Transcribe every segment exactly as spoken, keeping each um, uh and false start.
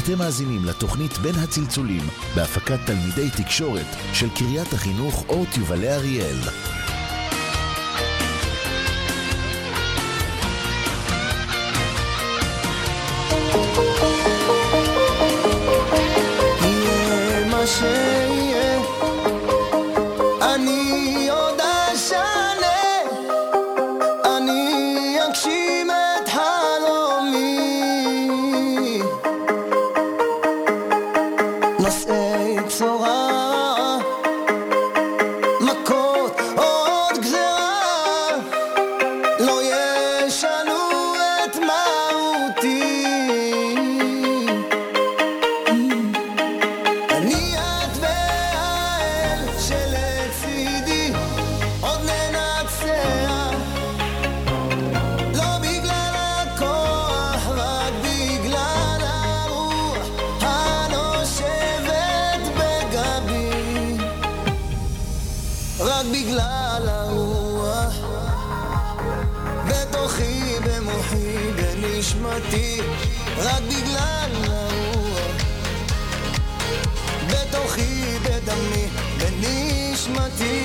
אתם מאזינים לתוכנית בין הצלצולים בהפקת תלמידי תקשורת של קריית החינוך אורט יובלי אריאל. יהיה מה שיהיה, אני עוד אשנה, אני אגשים את חלומי, נושאי צורה, מכות עוד גזרה, לא ישנו את מהותי. אני את והאל שלצידי עוד ננצח, לא בגלל הכוח, רק בגלל הרוח הנושבת בגבי, רק בגלל הרוח בתוכי, במוחי, בנשמתי, רק בגלל הרוח בתוכי, בדמי, בנשמתי.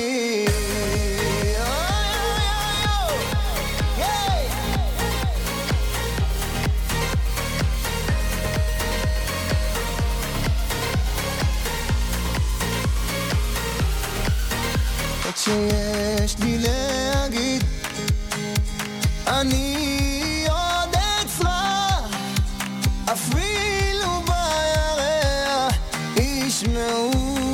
את שיש לי להגיד אני עוד אצרח, אפילו בירח ישמעו.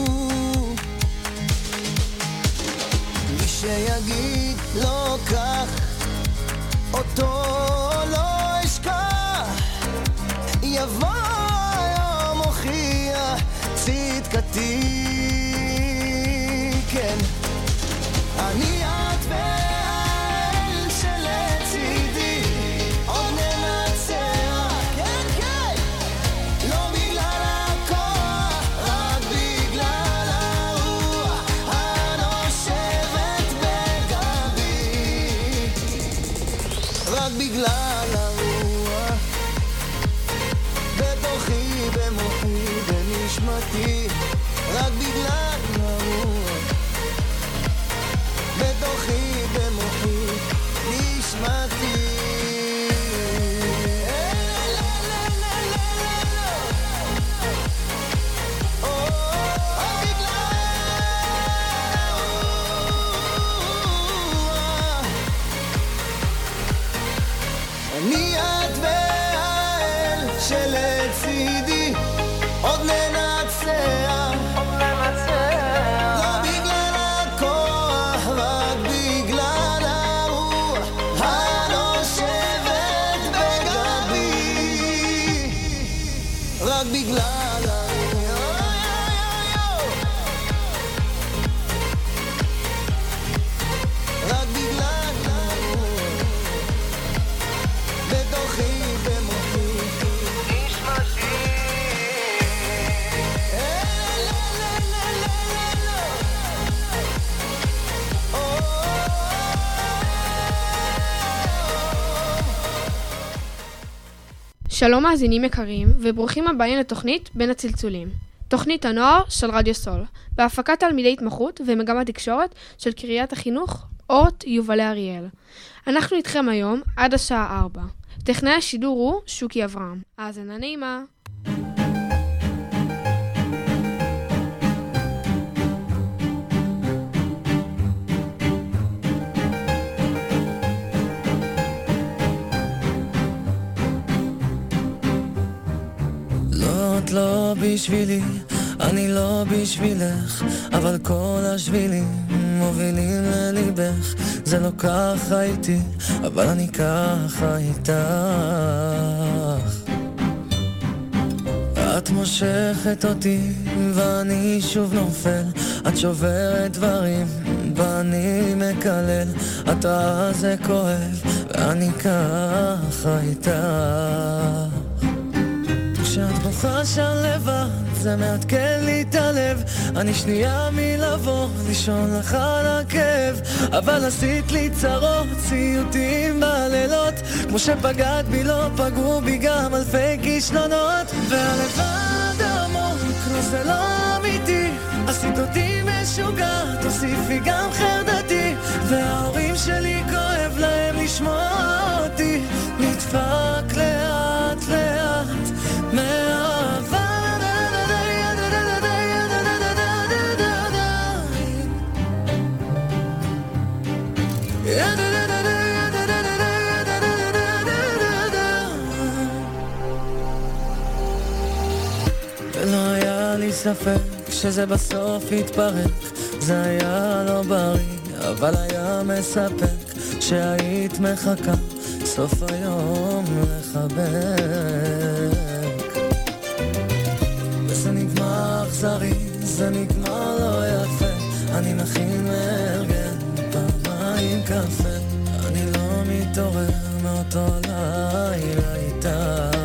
מי שיגיד לא כך, אותו לא אשכח, יבוא היום הוכיח צדקתי. כן, אני את והאל שלצידי עוד ננצח, כן כן, לא בגלל הכוח, רק בגלל הרוח הנושבת בגבי, רק בגלל הרוח בתוכי, במוחי, בנשמתי, רק בגלל הרוח בתוכי, במוחי, נשמתי. אני את והאל שלצידי עוד ננצח, לא בגלל הכוח, רק בגלל הרוח הנושבת בגבי, רק בגלל הרוח, רק בגלל הרוח בתוכי, במוחי, נשמתי. שלום מאזינים יקרים, וברוכים הבאים לתוכנית בין הצלצולים. תוכנית הנוער של רדיו סול, בהפקת תלמידי התמחות ומגמת תקשורת של קריית החינוך אורט יובלי אריאל. אנחנו איתכם היום עד השעה ארבע. טכנאי השידור הוא שוקי אברהם. האזנה נעימה. לא, את לא בשבילי, אני לא בשבילך, אבל כל השבילים מובילים לליבך. זה לא ככה איתי, אבל אני ככה איתך. את מושכת אותי ואני שוב נופל, את שוברת דברים ואני מקלל. את רעה זה כואב ואני ככה איתך. כשאת בוחרת בטוחה שם לבד, זה מעדכן לי את הלב. אני שנייה מלבוא, לישון לך על הכאב, אבל עשית לי צרות, סיוטים בלילות, כמו שפגעת בי לא פגעו בי גם אלפי כישלונות. והלבד עמוק, לא זה לא אמיתי, עשית אותי משוגע, תוסיפי גם חרדתי, וההורים שלי כואב להם לשמוע אותי נדפק לאט לאט מאהבה. ולא היה לי ספק שזה בסוף יתפרק, זה היה לא בריא אבל היה מספק שהיית מחכה סוף היום לחבק. וזה נגמר אכזרי, זה נגמר לא יפה, אני מכין מארגן פעמיים קפה, אני לא מתעורר מאותו לילה איתך,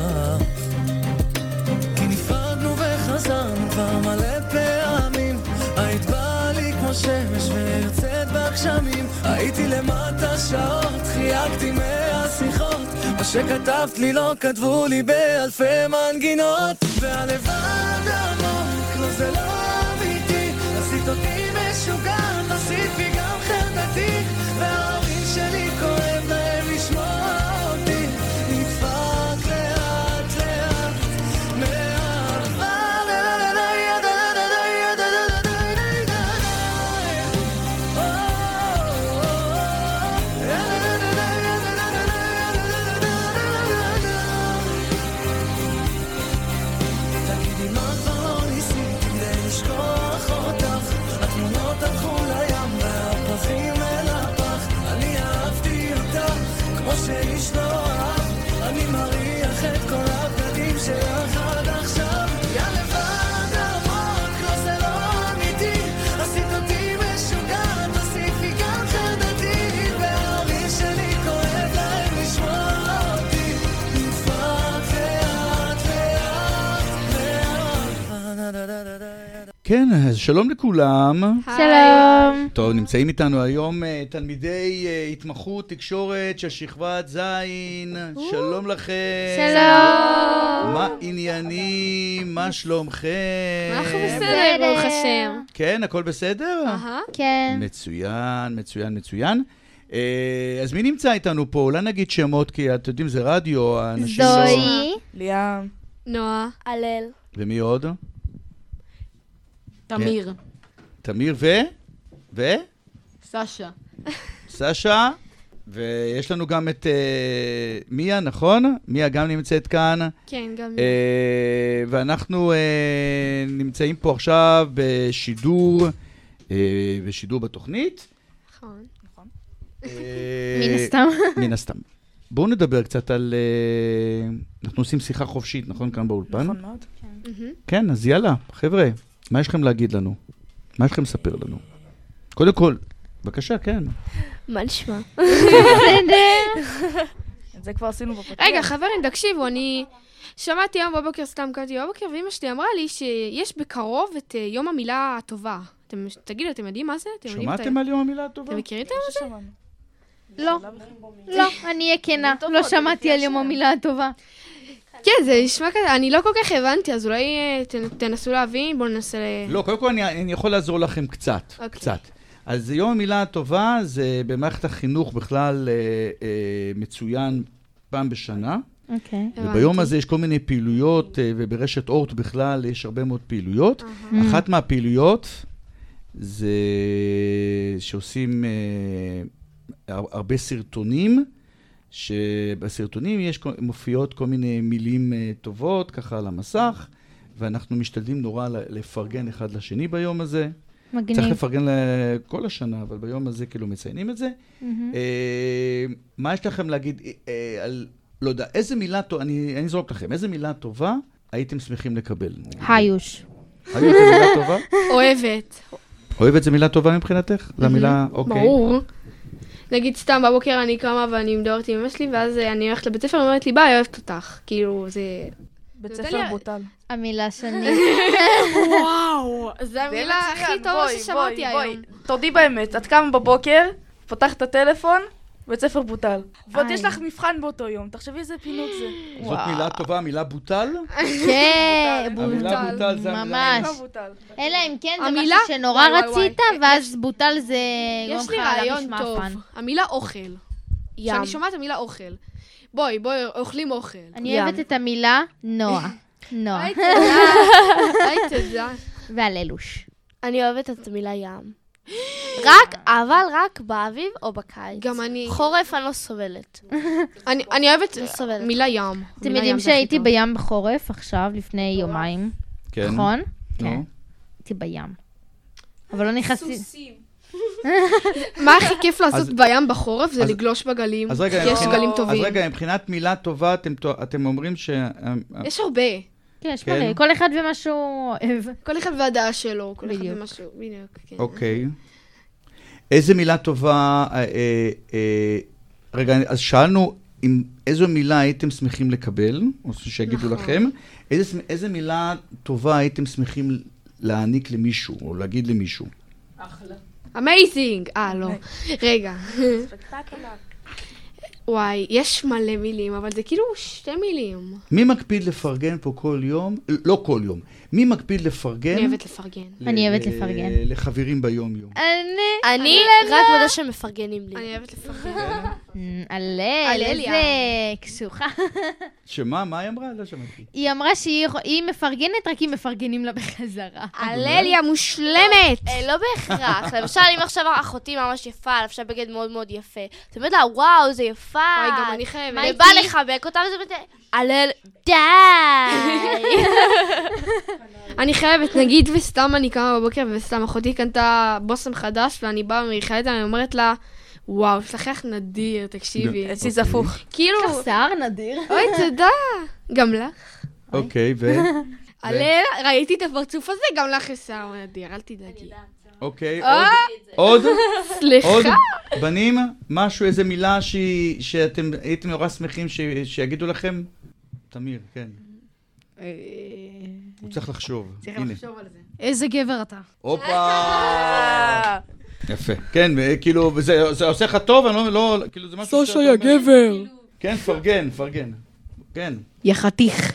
כי נפרדנו וחזרנו כבר מלא פעמים, היית באה לי כמו שמש ויוצאת בגשמים, הייתי למטה שעות, חייגתי מהשיחות, מה שכתבת לי לא כתבו לי באלפי מנגינות, והלבד עמוק, לא זה לא אמיתי, עשית אותי משוגע, תוסיפי גם חרדתי, וההורים שלי כואב להם לשמוע אותי נדפק לאט לאט מאהבה. תגידי מה כבר לא ניסית כדי לשכוח אותך, התמונות הלכו לים והפרחים אל הפח, אני אהבתי אותך כמו שאיש לא אהב, אני מריח את כל הבגדים שלך עד עכשיו. יא לבד עמוק, לא זה לא אמיתי, עשית אותי משוגע, תוסיפי גם חרדתי, וההורים שלי כואב להם לשמוע אותי נדפק לאט לאט. כן, אז שלום לכולם. שלום. טוב, נמצאים איתנו היום uh, תלמידי uh, התמחות תקשורת של שכבת זין. שלום לכם. שלום. מה עניינים? מה שלומכם? אנחנו בסדר, ברוך השם. כן, הכל בסדר? אהה. כן. מצוין, מצוין, מצוין. Uh, אז מי נמצא איתנו פה? אולי נגיד שמות, כי אתם יודעים, זה רדיו, האנשים לא... זוהי. ליאם. נועה. הלל. ומי עוד? תמיר. תמיר ו? ו? סשה. סשה, ויש לנו גם את uh, מיה, נכון? מיה גם נמצאת כאן. כן, גם Uh, ואנחנו uh, נמצאים פה עכשיו בשידור, uh, בשידור בתוכנית. נכון. Uh, מן הסתם. מן הסתם. בואו נדבר קצת על... Uh, אנחנו עושים שיחה חופשית, נכון? כאן באולפן. נכון מאוד. מהמם. כן, אז יאללה, חבר'ה, מה יש לכם להגיד לנו? מה יש לכם לספר לנו? קודם כל, בבקשה, כן. מה נשמע? את זה כבר עשינו בפתיח. רגע, חברים, תקשיבו, אני שמעתי היום בבוקר, סתם קראתי בבוקר, ואמא שלי אמרה לי שיש בקרוב את אה, יום המילה הטובה. אתם, תגידו, אתם יודעים מה זה? אתם יודעים את ה- שמעתם על יום המילה הטובה? אתם מכירים את זה? לא. לא, אני אהיה כנה. לא שמעתי על יום המילה הטובה. כן, זה נשמע כזה, אני לא כל כך הבנתי, אז אולי אה, ת- תנסו להבין, בואו ננסה ל... לא, קודם כל אני, אני יכול לעזור לכם קצת, אוקיי. קצת. אז יום המילה הטובה זה במערכת החינוך בכלל אה, אה, מצוין פעם בשנה. אוקיי. וביום הזה יש כל מיני פעילויות, אה, וברשת אורט בכלל יש הרבה מאוד פעילויות. אחת מהפעילויות זה שעושים אה, הר- הרבה סרטונים, שבסרטונים יש כל- מופיעות כל מיני מילים אה, טובות ככה על המסך, ואנחנו משתדלים נורא ל- לפרגן אחד לשני ביום הזה. צריך מגניב. לפרגן לכל השנה, אבל ביום הזה כאילו מציינים את זה. מהמם. אה, מה יש לכם להגיד אה, על, לא יודע, איזה מילה טובה, אני אני אזרוק לכם, איזה מילה טובה הייתם שמחים לקבל? היוש. היו איזה מילה טובה? אוהבת. אוהבת זה מילה טובה מבחינתך? זו המילה, אוקיי. ברור. נגיד סתם בבוקר אני קמה ואני מדברת עם אמא שלי, ואז אה, אני הולכת לבית ספר, ואומרת לי, ביי, אוהבת אותך. כאילו, זה... בית ספר בוטל. המילה שני. וואו, זו המילה הכי טובה ששמעתי היום. תודי באמת, את קמה בבוקר, פותחת את הטלפון, בית ספר בוטל. ועוד יש לך מבחן באותו יום, תחשבי איזה פינוק זה. זאת מילה טובה, מילה בוטל? כן, המילה בוטל זה המילה. ממש. אלא אם כן זה משהו שנורא רצית, ואז בוטל זה... יש לי רעיון טוב. המילה אוכל. כשאני שומעת המילה אוכל. בואי, בואי, אוכלים אוכל. אני אוהבת את המילה נועה. נועה. היי תודה. היי תודה. והללוש. אני אוהבת את המילה ים. רק, אבל רק באביב או בקיץ. גם אני... חורף אני לא סובלת. אני אוהבת מילה ים. אתם יודעים שהייתי בים בחורף עכשיו, לפני יומיים. כן. נכון? כן. הייתי בים. אבל לא נכנסתי... מה הכי כיף לעשות בים בחורף? זה לגלוש בגלים. כי יש גלים טובים. אז רגע, מבחינת מילה טובה, אתם אומרים ש... יש הרבה. כן, יש מלא. כל אחד ומה שהוא אוהב. כל אחד והדעה שלו. כל אחד ומה שהוא... בדיוק, כן. אוקיי. איזה מילה טובה... רגע, אז שאלנו אם איזו מילה הייתם שמחים לקבל, או שיגידו לכם, איזה מילה טובה הייתם שמחים להעניק למישהו, או להגיד למישהו. אחלה. אמייזינג! אה, לא. רגע. וואי, יש מלא מילים, אבל זה כאילו שתי מילים. מי מקפיד לפרגן פה כל יום? לא כל יום. מי מקפיד לפרגן? אני אוהבת לפרגן. אני אוהבת לפרגן. לחברים ביום יום. אני... אני רק בזה שמפרגנים לי. אני אוהבת לפרגן. הלל, איזה קשוחה. שמה? מה היא אמרה? לא שמעתי. היא אמרה שהיא מפרגנת, רק היא מפרגנים לה בחזרה. הלל היא המושלמת. לא בהכרח. למשל, אם עכשיו אחותי ממש יפה, לבשה בגד מאוד מאוד יפה. אתה אומרת לה, וואו, זה יפה. וואי, גם אני חייבת. ובא לחבק אותה וזה אומרת, הלל, די. אני חייבת, נגיד וסתם אני קמה בבוקר וסתם אחותי קנתה בוסם חדש ואני באה ומריחה אני אומרת לה, וואו, יש לך איך נדיר, תקשיבי. אצלי זה הפוך. כאילו... יש לך שיער נדיר. אוי, תודה. גם לך. אוקיי, ו... הלל, ראיתי את הפרצוף הזה, גם לך יש שיער נדיר, אל תדאגי. אוקיי, עוד? סליחה. עוד? בנים, משהו, איזה מילה שאתם הייתם נורא שמחים שיגידו לכם? תמיר, כן. הוא צריך לחשוב. צריך לחשוב על זה. איזה גבר אתה. הופה! יפה. כן, כאילו, זה עושה לך טוב, אני לא, כאילו, זה משהו... סושה יא גבר. כן, פרגן, פרגן. כן. יחתיך.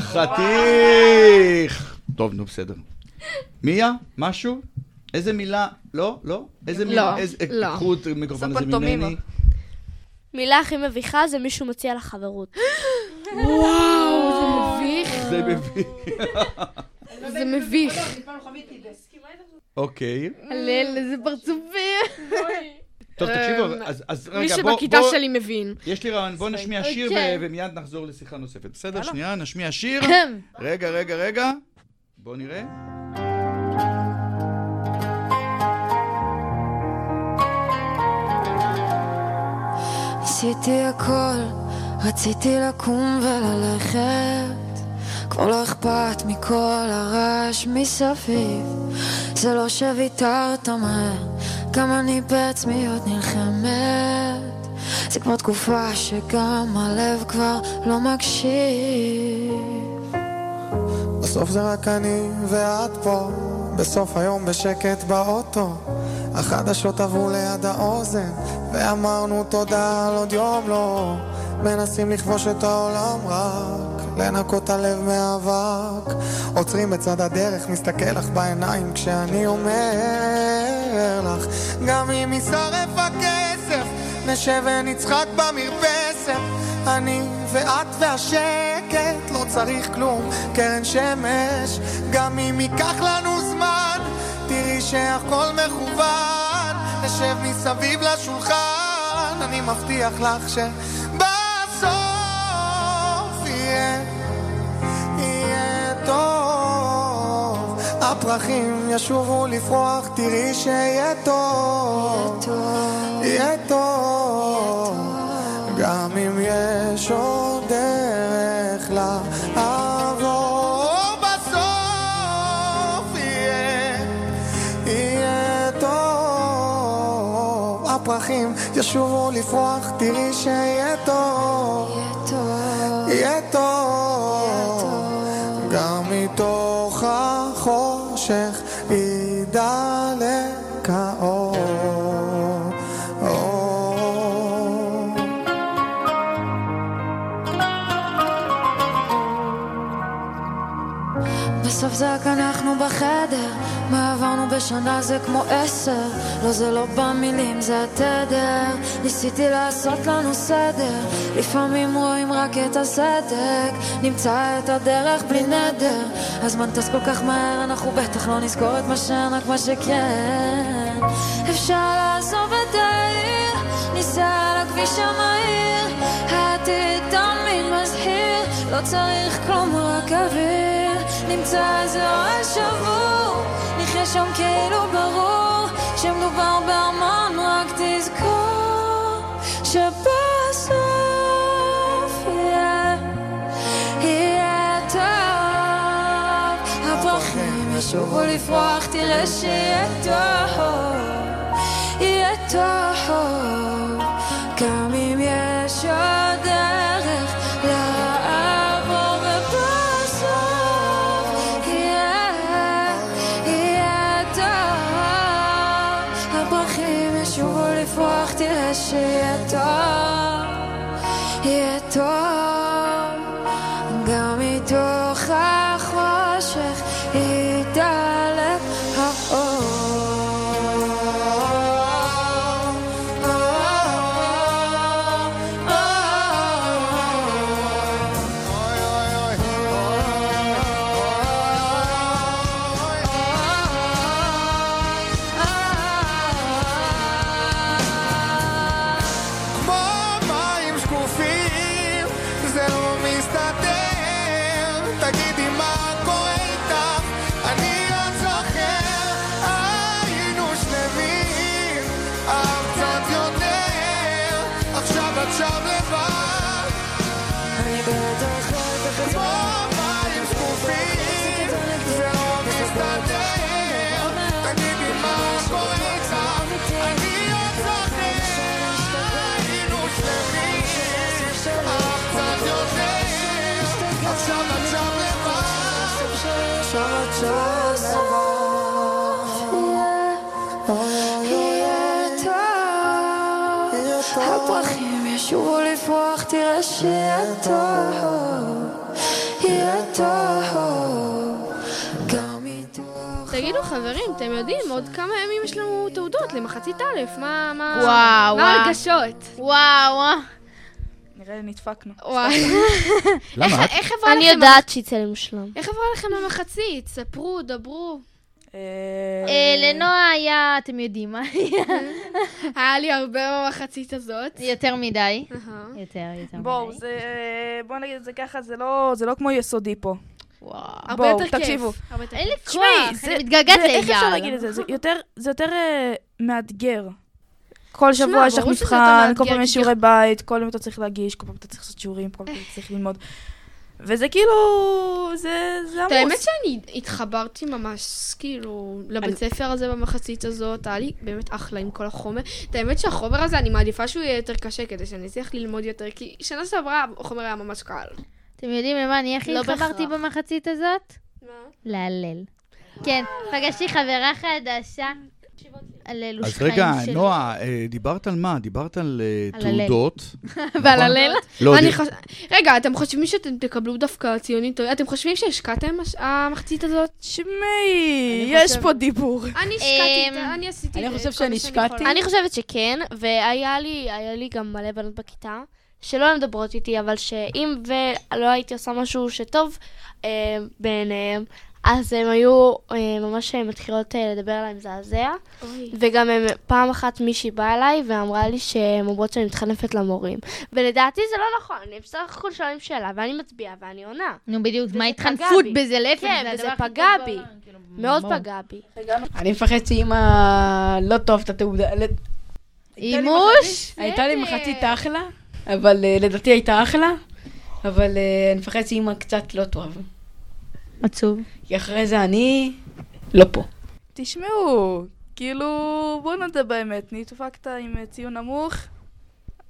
יחתיך! טוב, נו, בסדר. מיה, משהו? איזה מילה? לא? לא? איזה מילה? לא. קחו את המיקרופון הזה ממני. מילה הכי מביכה זה מישהו מציע לחברות. וואו, זה מביך. זה מביך. זה מביך. אוקיי. הלל, איזה פרצופי. טוב, תקשיבו, אז רגע, בוא... מי שבכיתה שלי מבין. יש לי רעיון, בוא נשמיע שיר ומיד נחזור לשיחה נוספת. בסדר, שנייה, נשמיע שיר. רגע, רגע, רגע. בוא נראה. עשיתי הכל, רציתי לקום וללכת, כבר לא אכפת מכל הרעש מסביב. זה לא שוויתרת מהר, גם אני בעצמי עוד נלחמת. זה כבר תקופה שגם הלב כבר לא מקשיב. בסוף זה רק אני ואת פה, בסוף היום בשקט באוטו, החדשות עברו ליד האוזן ואמרנו תודה על עוד יום לא. מנסים לכבוש את העולם רק לנקות הלב מאבק, עוצרים בצד הדרך, מסתכל לך בעיניים כשאני אומר לך, גם אם יישרף הכסף נשב ונצחק במרפסת, אני ואת והשקט, לא צריך כלום, קרן שמש. גם אם ייקח לנו זמן תראי שהכל מכוון, נשב מסביב לשולחן, אני מבטיח לך שבסוף יהיה, יהיה טוב, הפרחים ישובו לפרוח, תראי שיהיה טוב, יהיה טוב, גם אם יש עוד דרך לעבור, בסוף יהיה, יהיה טוב, הפרחים ישובו לפרוח, תראי שיהיה טוב, יהיה טוב, החושך ידלק האור. בסוף זה רק אנחנו בחדר, מה עברנו בשנה זה כמו עשר. לא זה לא במילים זה התדר, ניסיתי לעשות לנו סדר, לפעמים רואים רק את הסדק, נמצא את הדרך בלי נדר. הזמן טס כל כך מהר, אנחנו בטח לא נזכור את מה שאין רק מה שכן. אפשר לעזוב את העיר, ניסע על הכביש המהיר, העתיד תמיד מזהיר, לא צריך כלום רק אוויר. נמצא איזה אוהל שבור, נחיה שם כאילו ברור, שמדובר בהמון רק תזכור שבסוף יהיה, יהיה טוב. הפרחים ישובו לפרוח, תראה שיהיה טוב, יהיה טוב. גם אם יש עוד דרך לעבור ובסוף יהיה, יהיה טוב. הפרחים ישובו לפרוח, תראה שיהיה טוב, יהיה טוב. גם מתוך החושך ידלק האור. הפרחים ישובו לפרוח, תראה שיהיה טוב, יהיה טוב. גם מתוך... תגידו חברים, אתם יודעים, עוד כמה ימים יש לנו תעודות למחצית א', מה, מה... וואו, מה הרגשות? וואו, וואו. נראה לי נדפקנו. וואי. למה? איך עברה לכם... אני יודעת שיצא לי מושלם. איך עברה לכם המחצית? ספרו, דברו. לנועה היה, אתם יודעים מה היה? היה לי הרבה במחצית הזאת. יותר מדי. יותר, יותר מדי. בואו, בואו נגיד את זה ככה, זה לא כמו יסודי פה. וואו. הרבה יותר כיף. תקשיבו. אין לי כוח, אני מתגעגעת לאייל. איך אפשר להגיד את זה? זה יותר מאתגר. כל שבוע יש לך מבחן, כל פעם יש שיעורי בית, כל פעם אתה צריך להגיש, כל פעם אתה צריך לעשות שיעורים, כל פעם אתה צריך ללמוד. וזה כאילו, זה עמוס. האמת שאני התחברתי ממש, כאילו, לבית ספר הזה במחצית הזאת, היה לי באמת אחלה עם כל החומר. האמת שהחומר הזה, אני מעדיפה שהוא יהיה יותר קשה, כדי שאני אצליח ללמוד יותר, כי שנה שעברה החומר היה ממש קל. אתם יודעים למה אני הכי התחברתי במחצית הזאת? מה? להלל. כן, פגשתי חברה חדשה. אז רגע, נועה, דיברת על מה? דיברת על תעודות. ועל הלל? רגע, אתם חושבים שאתם תקבלו דווקא ציונים טובים? אתם חושבים שהשקעתם המחצית הזאת? שמי, יש פה דיבור. אני השקעתי, אני עשיתי... אני חושב שאני השקעתי. אני חושבת שכן, והיה לי גם מלא בנות בכיתה, שלא הן מדברות איתי, אבל שאם ולא הייתי עושה משהו שטוב בעיניהם, אז הם היו ממש מתחילות לדבר עליי מזעזע, וגם פעם אחת מישהי באה אליי ואמרה לי שהן אומרות שאני מתחנפת למורים. ולדעתי זה לא נכון, אני בסך הכל שואלים שאלה, ואני מצביעה ואני עונה. נו בדיוק, מה התחנפות בזה? להפך, כן, וזה פגע בי, מאוד פגע בי. אני מפחד שאמא לא טוב את התעודה. אימוש? הייתה לי מחצית אחלה, אבל לדעתי הייתה אחלה, אבל אני מפחד שאמא קצת לא טוב. עצוב. כי אחרי זה אני לא פה. תשמעו, כאילו, בואו נדע באמת, נתפקת עם ציון נמוך,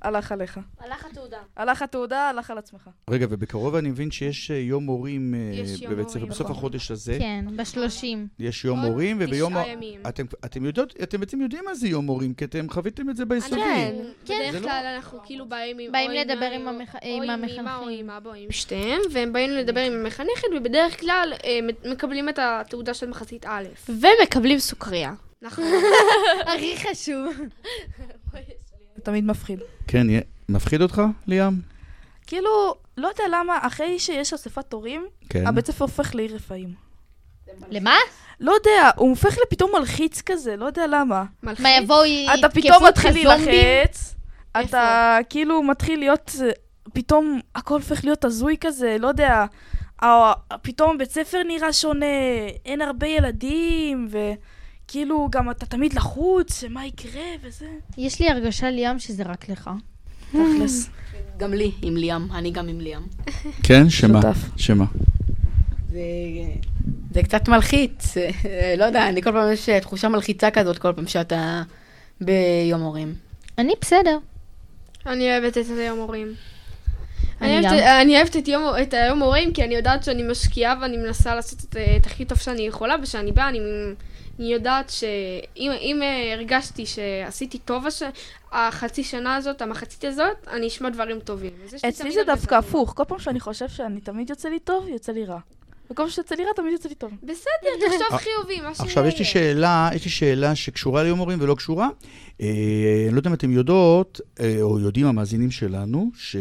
הלך עליך. הלך התעודה. הלך התעודה, הלך על עצמך. רגע, ובקרוב אני מבין שיש יום מורים יש יום בבית ספר, מורים, בסוף נכון. החודש הזה. כן, בשלושים. יש יום עוד מורים, וביום... תשעה ימים. אתם, אתם יודעות, אתם בעצם יודעים מה זה יום מורים, כי אתם חוויתם את זה ביסודי. כן, כן. בדרך זה לא- כלל אנחנו כאילו באים עם... באים או עם לדבר ה- עם המח- או עם עם המחנכים. אמא או עם אבא או עם שתיהם, והם באים לדבר עם המחנכת, ובדרך כלל אה, מקבלים את התעודה של מחצית א'. ומקבלים סוכריה. נכון. הכי חשוב. תמיד מפחיד. כן, יהיה- מפחיד אותך, ליאם? כאילו, לא יודע למה, אחרי שיש אספת תורים, כן. הבית ספר הופך לעיר רפאים. למה? לא יודע, הוא הופך לפתאום מלחיץ כזה, לא יודע למה. מלחיץ. מה יבואו, אתה יתקפו פתאום אותך מתחיל זומבים? להילחץ, אתה כאילו מתחיל להיות, פתאום הכל הופך להיות הזוי כזה, לא יודע, ה- פתאום בית ספר נראה שונה, אין הרבה ילדים, וכאילו גם אתה תמיד לחוץ, שמה יקרה וזה. יש לי הרגשה ליאם שזה רק לך. תכלס. גם לי, עם ליאם, אני גם עם ליאם. כן, שמה? שותף. שמה? זה, זה קצת מלחיץ, לא יודע, אני כל פעם יש תחושה מלחיצה כזאת כל פעם שאתה ביום הורים. אני בסדר. אני אוהבת את היום הורים. אני אני גם. אוהבת- אני אוהבת את יום- את היום הורים, כי אני יודעת שאני משקיעה ואני מנסה לעשות את את הכי טוב שאני יכולה, וכשאני באה, אני אני יודעת שאם אם, אה, הרגשתי שעשיתי טוב הש- החצי שנה הזאת, המחצית הזאת, אני אשמע דברים טובים. אז יש לי אצלי תמיד זה הרבה דווקא דברים. הפוך, כל פעם שאני חושב שאני תמיד יוצא לי טוב, יוצא לי רע. וכל פעם שיוצא לי רע, תמיד יוצא לי טוב. בסדר, תחשוב חיובי, מה שיהיה. עכשיו, יש לי שאלה, יש לי שאלה שקשורה ליום הורים ולא קשורה. אה, אני לא יודע אם אתם יודעות, אה, או יודעים המאזינים שלנו, ש-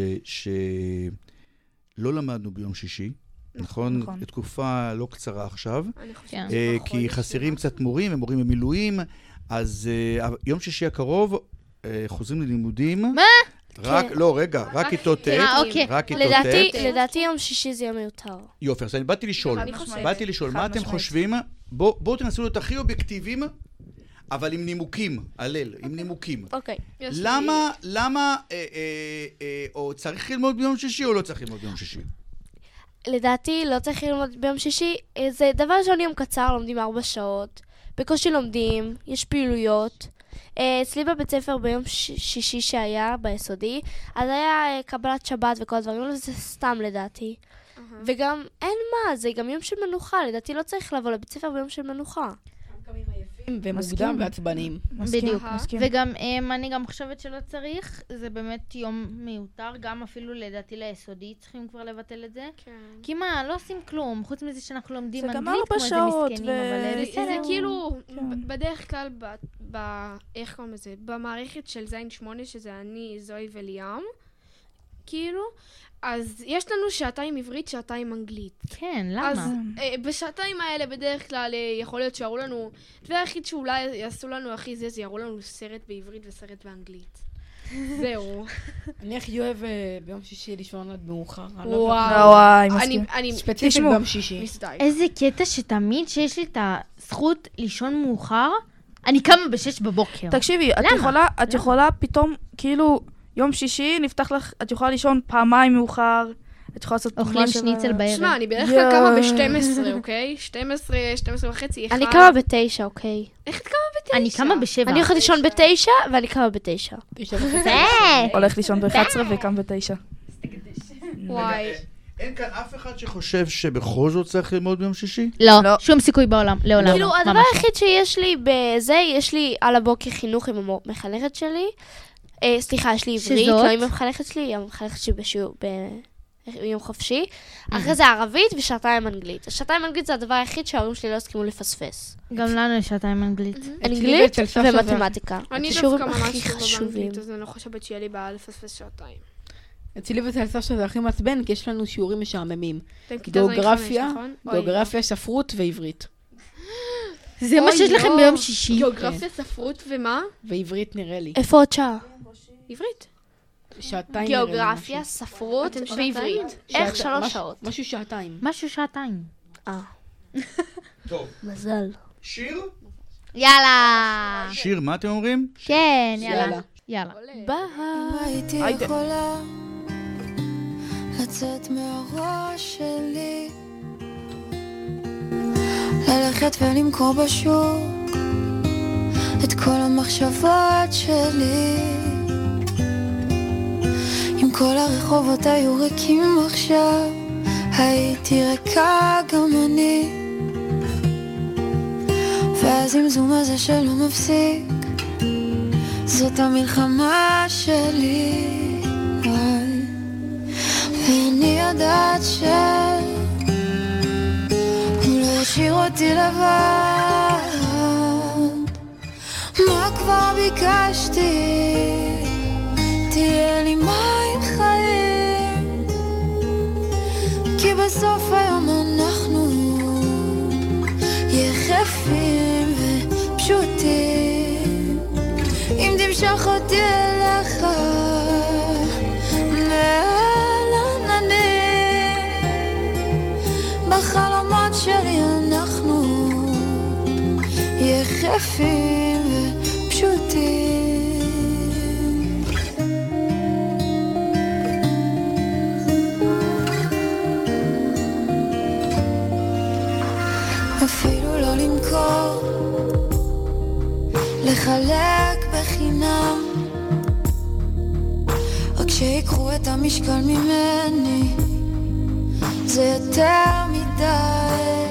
שלא למדנו ביום שישי, נכון? נכון. תקופה לא קצרה עכשיו, אני חושבת כן. אה, שבחודש כי חסרים שלנו. קצת מורים, הם מורים במילואים, אז אה, יום שישי הקרוב אה, חוזרים ללימודים. מה? רק, כן. לא, רגע, רק כיתות ט', אה, אוקיי. רק כיתות לדעתי, ט'. לדעתי יום שישי זה יהיה מיותר. יופי, אז אני באתי לשאול, אני חושבת. באתי לשאול, חד מה אתם משמעית. חושבים? בואו בואו תנסו להיות הכי אובייקטיביים, אבל עם נימוקים, הלל, עם נימוקים. אוקיי. יש לי- למה, למה, אה, אה, אה, או צריך ללמוד ביום שישי או לא צריך ללמוד ביום שישי? לדעתי לא צריך ללמוד ביום שישי. אה, זה דבר ראשון יום קצר, לומדים ארבע שעות. בקושי לומדים, יש פעילויות. אה, אצלי בבית ספר ביום ש- שישי שהיה, ביסודי, אז היה אה, קבלת שבת וכל הדברים האלה, זה סתם לדעתי. וגם אין מה, זה גם יום של מנוחה, לדעתי לא צריך לבוא לבית ספר ביום של מנוחה. ומוקדם מסכים. ועצבניים. מסכים, בדיוק. מסכים. וגם um, אני גם חושבת שלא צריך, זה באמת יום מיותר, גם אפילו לדעתי ליסודי צריכים כבר לבטל את זה. כן. כי מה, לא עושים כלום, חוץ מזה שאנחנו לומדים זה גם אנגלית ארבע כמו איזה שעות, מסכנים, ו- אבל זה- בסדר. זה כאילו, כן. ב- בדרך כלל, ב- ב- איך קוראים לזה? במערכת של זין שמונה, שזה אני, זוהי וליאם, כאילו, אז יש לנו שעתיים עברית, שעתיים אנגלית. כן, אז למה? אה, בשעתיים האלה בדרך כלל אה, יכול להיות שיראו לנו, הדבר היחיד שאולי יעשו לנו הכי זה, זה יראו לנו סרט בעברית וסרט באנגלית. זהו. אני הכי אוהב אה, ביום שישי לישון עד מאוחר. אני לא וואו. יודעת. לא, וואי, אני, מסכים. אני ספציפית תשמעו. ביום שישי. מסתייג. איזה קטע שתמיד שיש לי את הזכות לישון מאוחר, אני קמה בשש בבוקר. תקשיבי, את למה? יכולה, את למה? יכולה פתאום, כאילו, יום שישי נפתח לך, את יכולה לישון פעמיים מאוחר, את יכולה לעשות אוכלים מה שבא- שניצל בערב. שמע, אני בדרך כלל יואו. קמה ב-שתים עשרה, אוקיי? שתים עשרה, שתים עשרה וחצי, אחד. אני קמה בתשע, אוקיי? איך את קמה בתשע? אני קמה בשבע. אני הולכת לישון בתשע, ואני קמה בתשע. תשע וחצי. זה! הולך לישון ב-אחת עשרה וקם בתשע. וואי. אין כאן אף אחד שחושב שבכל זאת צריך ללמוד ביום שישי? לא, לא. שום סיכוי בעולם, לעולם. כאילו, לא, הדבר ממש לא. היחיד שיש לי בזה, יש לי על הבוקר חינוך עם המחנכת שלי. אה, סליחה, יש לי עברית, שזאת? לא עם המחנכת שלי, היא המחנכת שלי בשיעור, ביום חופשי. אחרי זה ערבית ושעתיים אנגלית. השעתיים אנגלית זה הדבר היחיד שההורים שלי לא הסכימו לפספס. גם לנו יש שעתיים אנגלית. אנגלית ואצל סבתא זה- ומתמטיקה. אני השיעורים דווקא ממש הכי טובה חשובים. באנגלית, אז אני לא חושבת שיהיה לי בעיה לפספס שעתיים. אצלי ואצל סבתא שזה הכי מעצבן, כי יש לנו שיעורים משעממים. אתם כיתה ז' חמש, גיאוגרפיה, נכון? אוי, גיאוגרפיה, ספרות ועברית. זה מה אוי, שיש לכם לא. ביום שישי. גיאוגרפיה, ספרות ומה? ועברית נראה לי. איפה עוד שעה? עברית. שעתיים נראה לי. גיאוגרפיה, משהו. ספרות אתם שעתיים? ועברית. שעתיים- איך שלוש משהו- שעות? משהו שעתיים. משהו שעתיים. אה, טוב. מזל. שיר? יאללה! שיר, מה אתם אומרים? כן, יאללה. יאללה. יאללה. ביי. הייתי היידה. יכולה לצאת מהראש שלי, ללכת ולמכור בשוק את כל המחשבות שלי, כל הרחובות היו ריקים עכשיו, הייתי ריקה גם אני, והזמזום הזה שלא מפסיק, זאת המלחמה שלי. ואני יודעת שהוא לא ישאיר אותי לבד. מה כבר ביקשתי? תהיה לי מים חיים, כי בסוף היום אנחנו יחפים ופשוטים. אם תמשוך אותי אליך מעל עננים, בחלומות שלי אנחנו יחפים ופשוטים. אפילו לא למכור, לחלק בחינם, רק שיקחו את המשקל ממני, זה יותר מדי.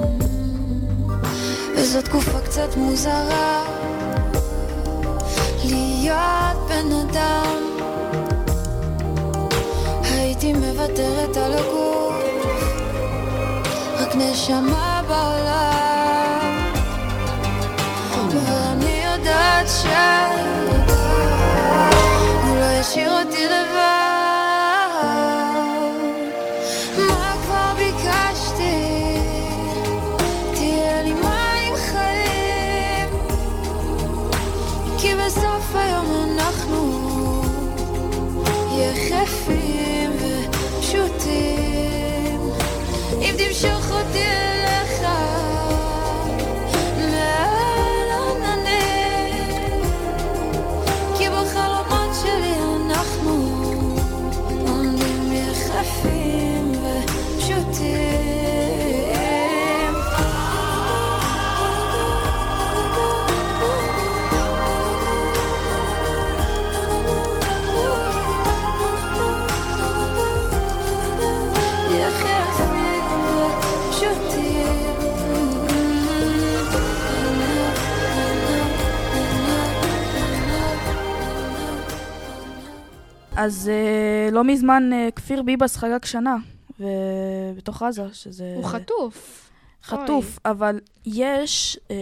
וזו תקופה קצת מוזרה להיות בן אדם, הייתי מוותרת על הגוף, רק נשמה בעולם. ואני יודעת שהוא לא ישאיר אותי לבד. מה כבר ביקשתי? תהיה לי מים חיים, כי בסוף היום אנחנו יחפים ופשוטים. אם תמשוך אותי אליך מעל עננים, כי בחלומות שלי אנחנו עומדים יחפים ופשוטים. אז uh, לא מזמן uh, כפיר ביבס חגג שנה, ובתוך עזה, שזה... הוא חטוף. חטוף, אוי. אבל יש, uh,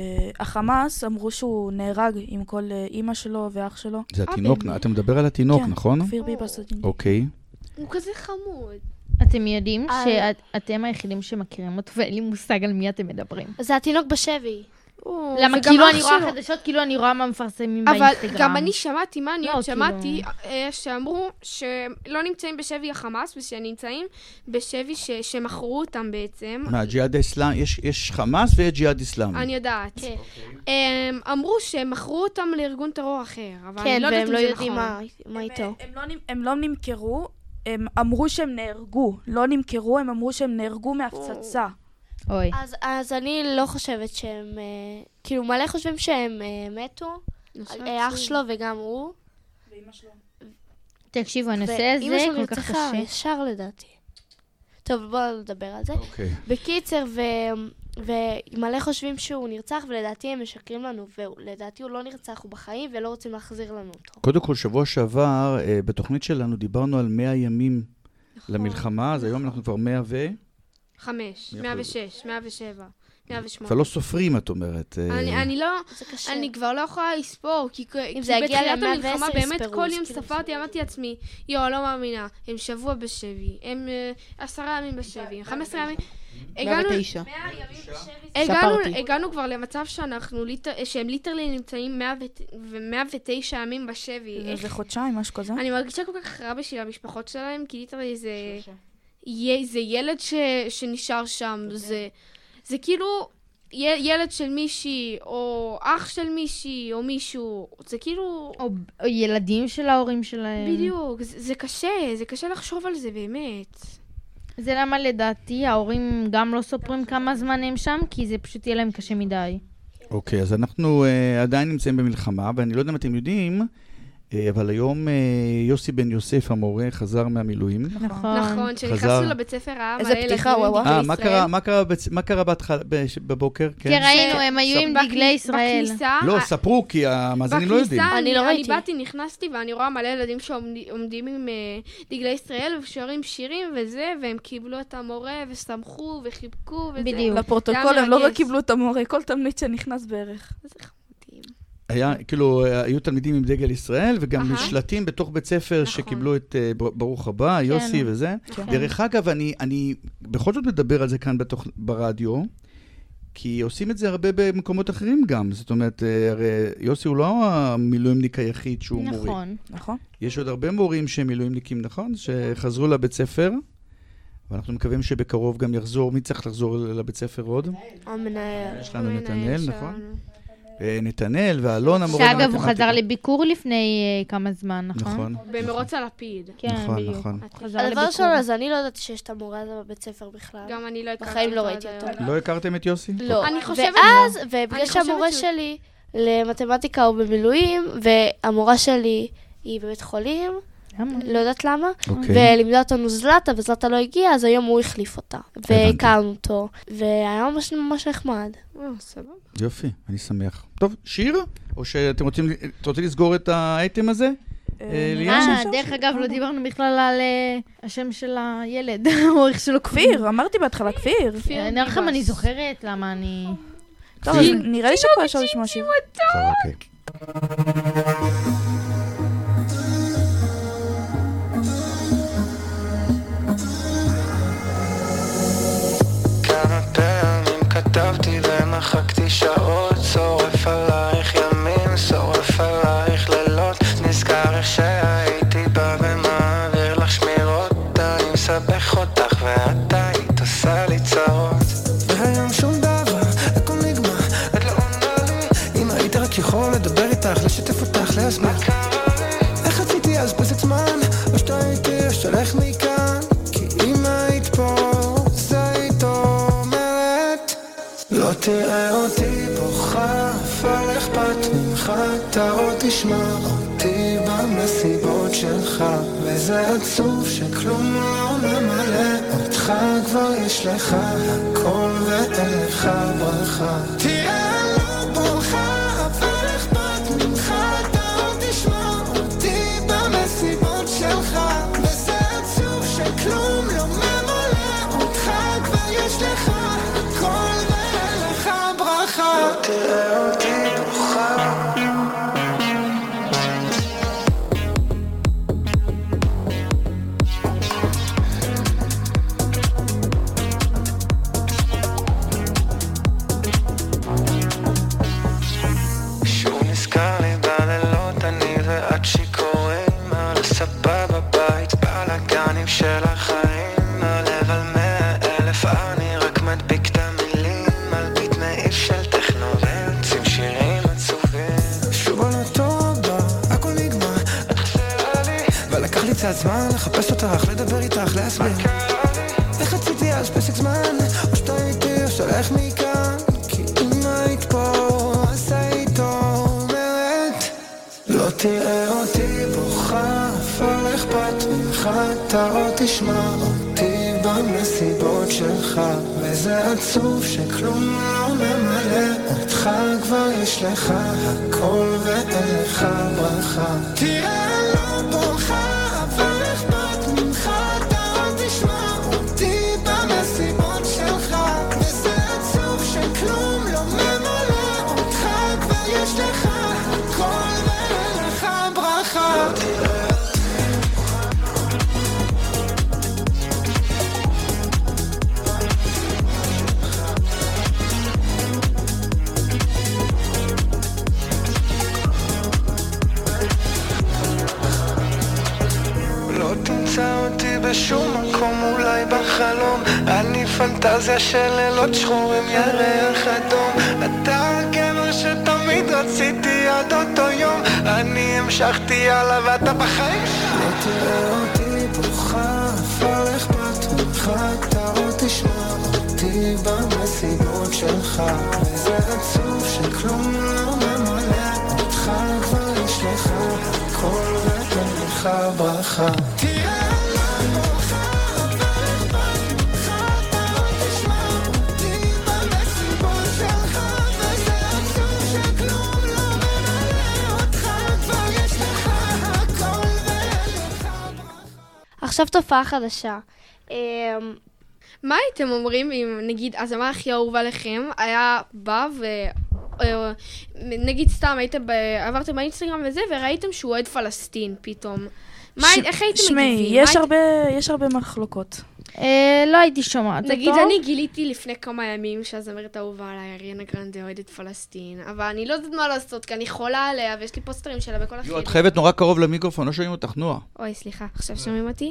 החמאס אמרו שהוא נהרג עם כל uh, אימא שלו ואח שלו. זה התינוק, אתה מדבר על התינוק, כן, נכון? כפיר ביבס. אוקיי. הוא כזה חמוד. אתם יודעים שאתם היחידים שמכירים אותו, ואין לי מושג על מי אתם מדברים. זה התינוק בשבי. למה כאילו אני רואה חדשות, כאילו אני רואה מה מפרסמים באינסטגרם. אבל גם אני שמעתי, מה אני עוד שמעתי, שאמרו שלא נמצאים בשבי החמאס, ושנמצאים בשבי שמכרו אותם בעצם. מה, ג'יהאד האסלאמי? יש חמאס ויש ג'יהאד אסלאמי. אני יודעת. אמרו שמכרו אותם לארגון טרור אחר, אבל אני לא יודעת אם זה נכון. כן, והם לא יודעים מה איתו. הם לא נמכרו, הם אמרו שהם נהרגו. לא נמכרו, הם אמרו שהם נהרגו מהפצצה. אוי. אז, אז אני לא חושבת שהם, כאילו מלא חושבים שהם מתו, אח שלו וגם הוא. ואמא שלו. תקשיבו, הנושא הזה כל כך קשה. ישר לדעתי. טוב, בואו נדבר על זה. אוקיי. בקיצר, ו... ומלא חושבים שהוא נרצח, ולדעתי הם משקרים לנו, ולדעתי הוא לא נרצח, הוא בחיים, ולא רוצים להחזיר לנו אותו. קודם כל, שבוע שעבר, בתוכנית שלנו דיברנו על מאה ימים למלחמה, אז היום אנחנו כבר מאה ו... חמש, מאה ושש, מאה ושבע, מאה ושמונה. כבר לא סופרים, את אומרת. אני לא, אני כבר לא יכולה לספור, כי בתחילת המלחמה באמת כל יום ספרתי, אמרתי לעצמי, יו, לא מאמינה, הם שבוע בשבי, הם עשרה ימים בשבי, חמש עשרה ימים. מאה ותשע. הגענו כבר למצב שאנחנו, שהם ליטרלי נמצאים מאה ותשע ימים בשבי. זה חודשיים, משהו כזה? אני מרגישה כל כך רע בשביל המשפחות שלהם, כי ליטרלי זה... זה ילד ש, שנשאר שם, זה, זה כאילו ילד של מישהי, או אח של מישהי, או מישהו, זה כאילו... או, או ילדים של ההורים שלהם. בדיוק, זה, זה קשה, זה קשה לחשוב על זה באמת. זה למה לדעתי ההורים גם לא סופרים כמה זמן הם שם, כי זה פשוט יהיה להם קשה מדי. אוקיי, אז אנחנו uh, עדיין נמצאים במלחמה, ואני לא יודע אם אתם יודעים, uh, אבל היום יוסי בן יוסף, המורה, חזר מהמילואים. נכון. נכון, שנכנסנו לבית ספר ראה מלא ילדים וואו. מה קרה, מה קרה בבוקר? כי ראינו, הם היו עם דגלי ישראל. בכניסה... לא, ספרו, כי המאזינים לא יודעים. בכניסה, אני לא ראיתי. אני באתי, נכנסתי, ואני רואה מלא ילדים שעומדים עם דגלי ישראל, ושרים שירים וזה, והם קיבלו את המורה, ושמחו, וחיבקו, וזה. בדיוק. לפרוטוקול, הם לא רק קיבלו את המורה, כל תלמיד שנכנס בערך. זה חמודים. היה, כאילו, היו תלמידים עם דגל ישראל, וגם שלטים בתוך בית ספר שקיבלו את ברוך הבא, יוסי וזה. דרך אגב, אני בכל זאת מדבר על זה כאן ברדיו, כי עושים את זה הרבה במקומות אחרים גם. זאת אומרת, הרי יוסי הוא לא המילואימניק היחיד שהוא מורה. נכון. נכון. יש עוד הרבה מורים שהם מילואימניקים, נכון? שחזרו לבית ספר, ואנחנו מקווים שבקרוב גם יחזור. מי צריך לחזור לבית ספר עוד? המנהל. יש לנו נתנאל, נכון? נתנאל ואלון המורה. שאגב, הוא חזר לביקור לפני כמה זמן, נכון? נכון. במרוץ הלפיד. כן, בדיוק. הדבר שלו, אז אני לא יודעת שיש את המורה הזה בבית ספר בכלל. גם אני לא הכרתי. בחיים לא ראיתי אותו. לא הכרתם את יוסי? לא. אני חושבת... ואז, ובגלל שהמורה שלי למתמטיקה הוא במילואים, והמורה שלי היא בבית חולים, לא יודעת למה, ולימדה אותנו זלטה, וזלטה לא הגיעה, אז היום הוא החליף אותה. והכרנו אותו, והיה ממש ממש נחמד. סבבה. יופי, אני שמח. טוב, שיר? או שאתם רוצים, רוצים לסגור את האייטם הזה? אה, דרך אגב, לא דיברנו בכלל על השם של הילד, או איך שלו כפיר, אמרתי בהתחלה כפיר. אני אראה לכם, אני זוכרת למה אני... טוב, נראה לי שכל אפשר לשמוע שיר. טוב, אוקיי. כתבתי ומחקתי שעות, שורף עלייך ימים, שורף עלייך לילות, נזכר איך שהייתי בא ומעביר לך שמירות, אני מסבך אותך ואת היית עושה לי צרות, והיום שום דבר, הכל נגמר, את לא עונה לי, אם היית רק יכול לדבר איתך, לשתף אותך, להסביר איך רציתי אז פסק זמן, או שאתה הייתי אשתלך מכאן, כי אם היית פה לא תראה אותי בוכה, אבל אכפת ממך, אתה עוד תשמע אותי במסיבות שלך, וזה עצוב שכלום לא ממלא אותך, כבר יש לך הכל ואין לך ברכה. תראה לא בוכה, אבל אכפת ממך, אתה עוד תשמע אותי במסיבות שלך, וזה עצוב שכלום לא ממלא אותך, כבר יש לך הכל לא תראה אותי בוכה שוב נזכר לי בלילות אני ואת שיכורים על הספה בבית בלגנים של החיים הלב על מאה אלף אני רק מדביק את המילים על ביט נאיף של טכנו ויוצאים שירים עצובים שוב על אותו הבא, הכל נגמר את חסרה לי ולקח לי צעד זמן לחפש אותך, לדבר איתך, להסביר איך רציתי אז פסק זמן או שאתה הייתי או שלך מכאן כי אם היית פה אז היית אומרת לא תראה אותי בוכה אבל אכפת ממך אתה עוד תשמע אותי במסיבות שלך וזה עצוב שכלום לא ממלא אותך כבר יש לך הכל ואין לך ברכה תראה לא בוכה אבל אכפת ממך אתה עוד תשמע אותי במסיבות שלך וזה עצוב שכלום לא ממלא אותך כבר יש לך הכל ואין לך ברכה אותי בשום מקום אולי בחלום אני פנטזיה של לילות שחורים ירח אדום אתה הגבר שתמיד רציתי עד אותו יום אני המשכתי הלאה ואתה בחיים לא תראה אותי בוכה אבל אכפת ממך אתה עוד תשמע אותי במסיבות שלך וזה עצוב שכלום לא ממלא אותך כבר יש לך הכל לך ברכה. עכשיו תופעה חדשה. מה הייתם אומרים אם נגיד הזמר הכי אהוב עליכם היה בא ו... נגיד סתם הייתם עברתם באינסטגרם וזה וראיתם שהוא אוהד פלסטין פתאום. איך הייתם מגיבים? יש הרבה מחלוקות. לא הייתי שומעת אותו. נגיד אני גיליתי לפני כמה ימים שהזמרת האהובה עליי, אריאנה גרנדה, אוהדת פלסטין, אבל אני לא יודעת מה לעשות, כי אני חולה עליה ויש לי פוסטרים שלה בכל החיים. את חייבת נורא קרוב למיקרופון, לא שומעים אותך, נועה. אוי, סליחה, עכשיו שומעים אותי?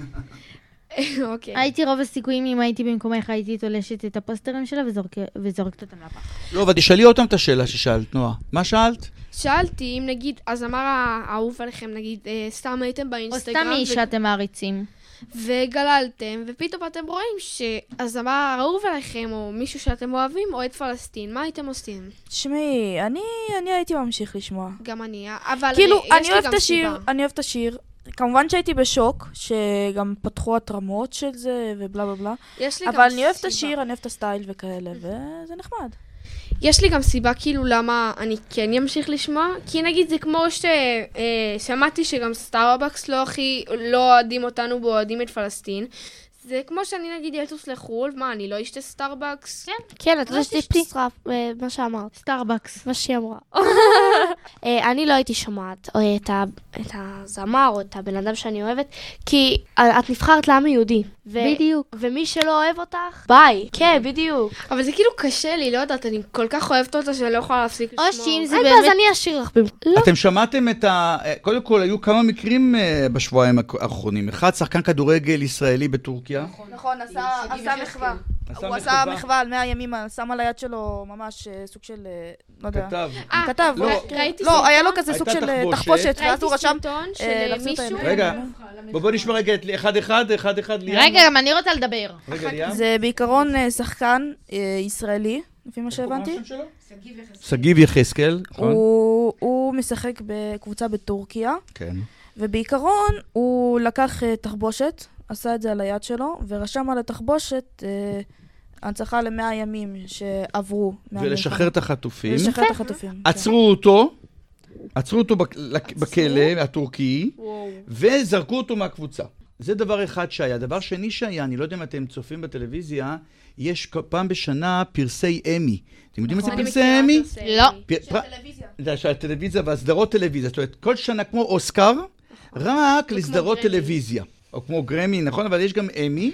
אוקיי. הייתי רוב הסיכויים, אם הייתי במקומך, הייתי תולשת את הפוסטרים שלה וזורקת אותם לפח. לא, אבל תשאלי אותם את השאלה ששאלת, נועה. מה שאלת? שאלתי אם נגיד הזמר האהוב עליכם, נגיד, סתם הייתם באינסטגרם. או סתם מי שאתם מעריצים. וגללתם, ופתאום אתם רואים שהזמר האהוב עליכם, או מישהו שאתם אוהבים, אוהד פלסטין. מה הייתם עושים? תשמעי, אני, אני הייתי ממשיך לשמוע. גם אני, אבל כאילו, יש אני לי אוהב גם את השיר, סיבה. אני אוהב את השיר. כמובן שהייתי בשוק, שגם פתחו התרמות של זה, ובלה בלה בלה. יש לי גם אבל אני אוהב את סיבה. השיר, אני אוהב את הסטייל וכאלה, וזה נחמד. יש לי גם סיבה כאילו למה אני כן אמשיך לשמוע, כי נגיד זה כמו ששמעתי שגם סטארבקס לא הכי, לא אוהדים אותנו ואוהדים את פלסטין. זה כמו שאני נגיד יטוס לחול, מה, אני לא אשתה סטארבקס? כן, כן, את לא שתשתי מה שאמרת. סטארבקס. מה שהיא אמרה. אני לא הייתי שומעת את הזמר או את הבן אדם שאני אוהבת, כי את נבחרת לעם יהודי. בדיוק. ומי שלא אוהב אותך, ביי. כן, בדיוק. אבל זה כאילו קשה לי, לא יודעת, אני כל כך אוהבת אותה שאני לא יכולה להפסיק לשמוע. או שאם זה באמת... אז אני אשאיר לך במקום. אתם שמעתם את ה... קודם כל, היו כמה מקרים בשבועיים האחרונים. אחד, שחקן כדורגל ישראלי בטורקיה. נכון, עשה מחווה. הוא עשה מחווה על מאה ימים, שם על היד שלו ממש סוג של, לא יודע. כתב. כתב. לא, היה לו כזה סוג של תחפושת, ואז הוא רשם... ראיתי סרטון של מישהו. רגע, בוא נשמע רגע את אחד אחד, אחד אחד ליאם. רגע, גם אני רוצה לדבר. רגע, ליאם. זה בעיקרון שחקן ישראלי, לפי מה שהבנתי. סגיב יחזקאל, נכון? הוא משחק בקבוצה בטורקיה. כן. ובעיקרון הוא לקח תחבושת, עשה את זה על היד שלו, ורשם על התחבושת הנצחה למאה ימים שעברו. ולשחרר את החטופים. ולשחרר את החטופים. עצרו אותו, עצרו אותו בכלא הטורקי, וזרקו אותו מהקבוצה. זה דבר אחד שהיה. דבר שני שהיה, אני לא יודע אם אתם צופים בטלוויזיה, יש פעם בשנה פרסי אמי. אתם יודעים מה זה פרסי אמי? לא. של הטלוויזיה. של הטלוויזיה והסדרות טלוויזיה. זאת אומרת, כל שנה כמו אוסקר, רק לסדרות טלוויזיה. או כמו גרמי, נכון? אבל יש גם אמי.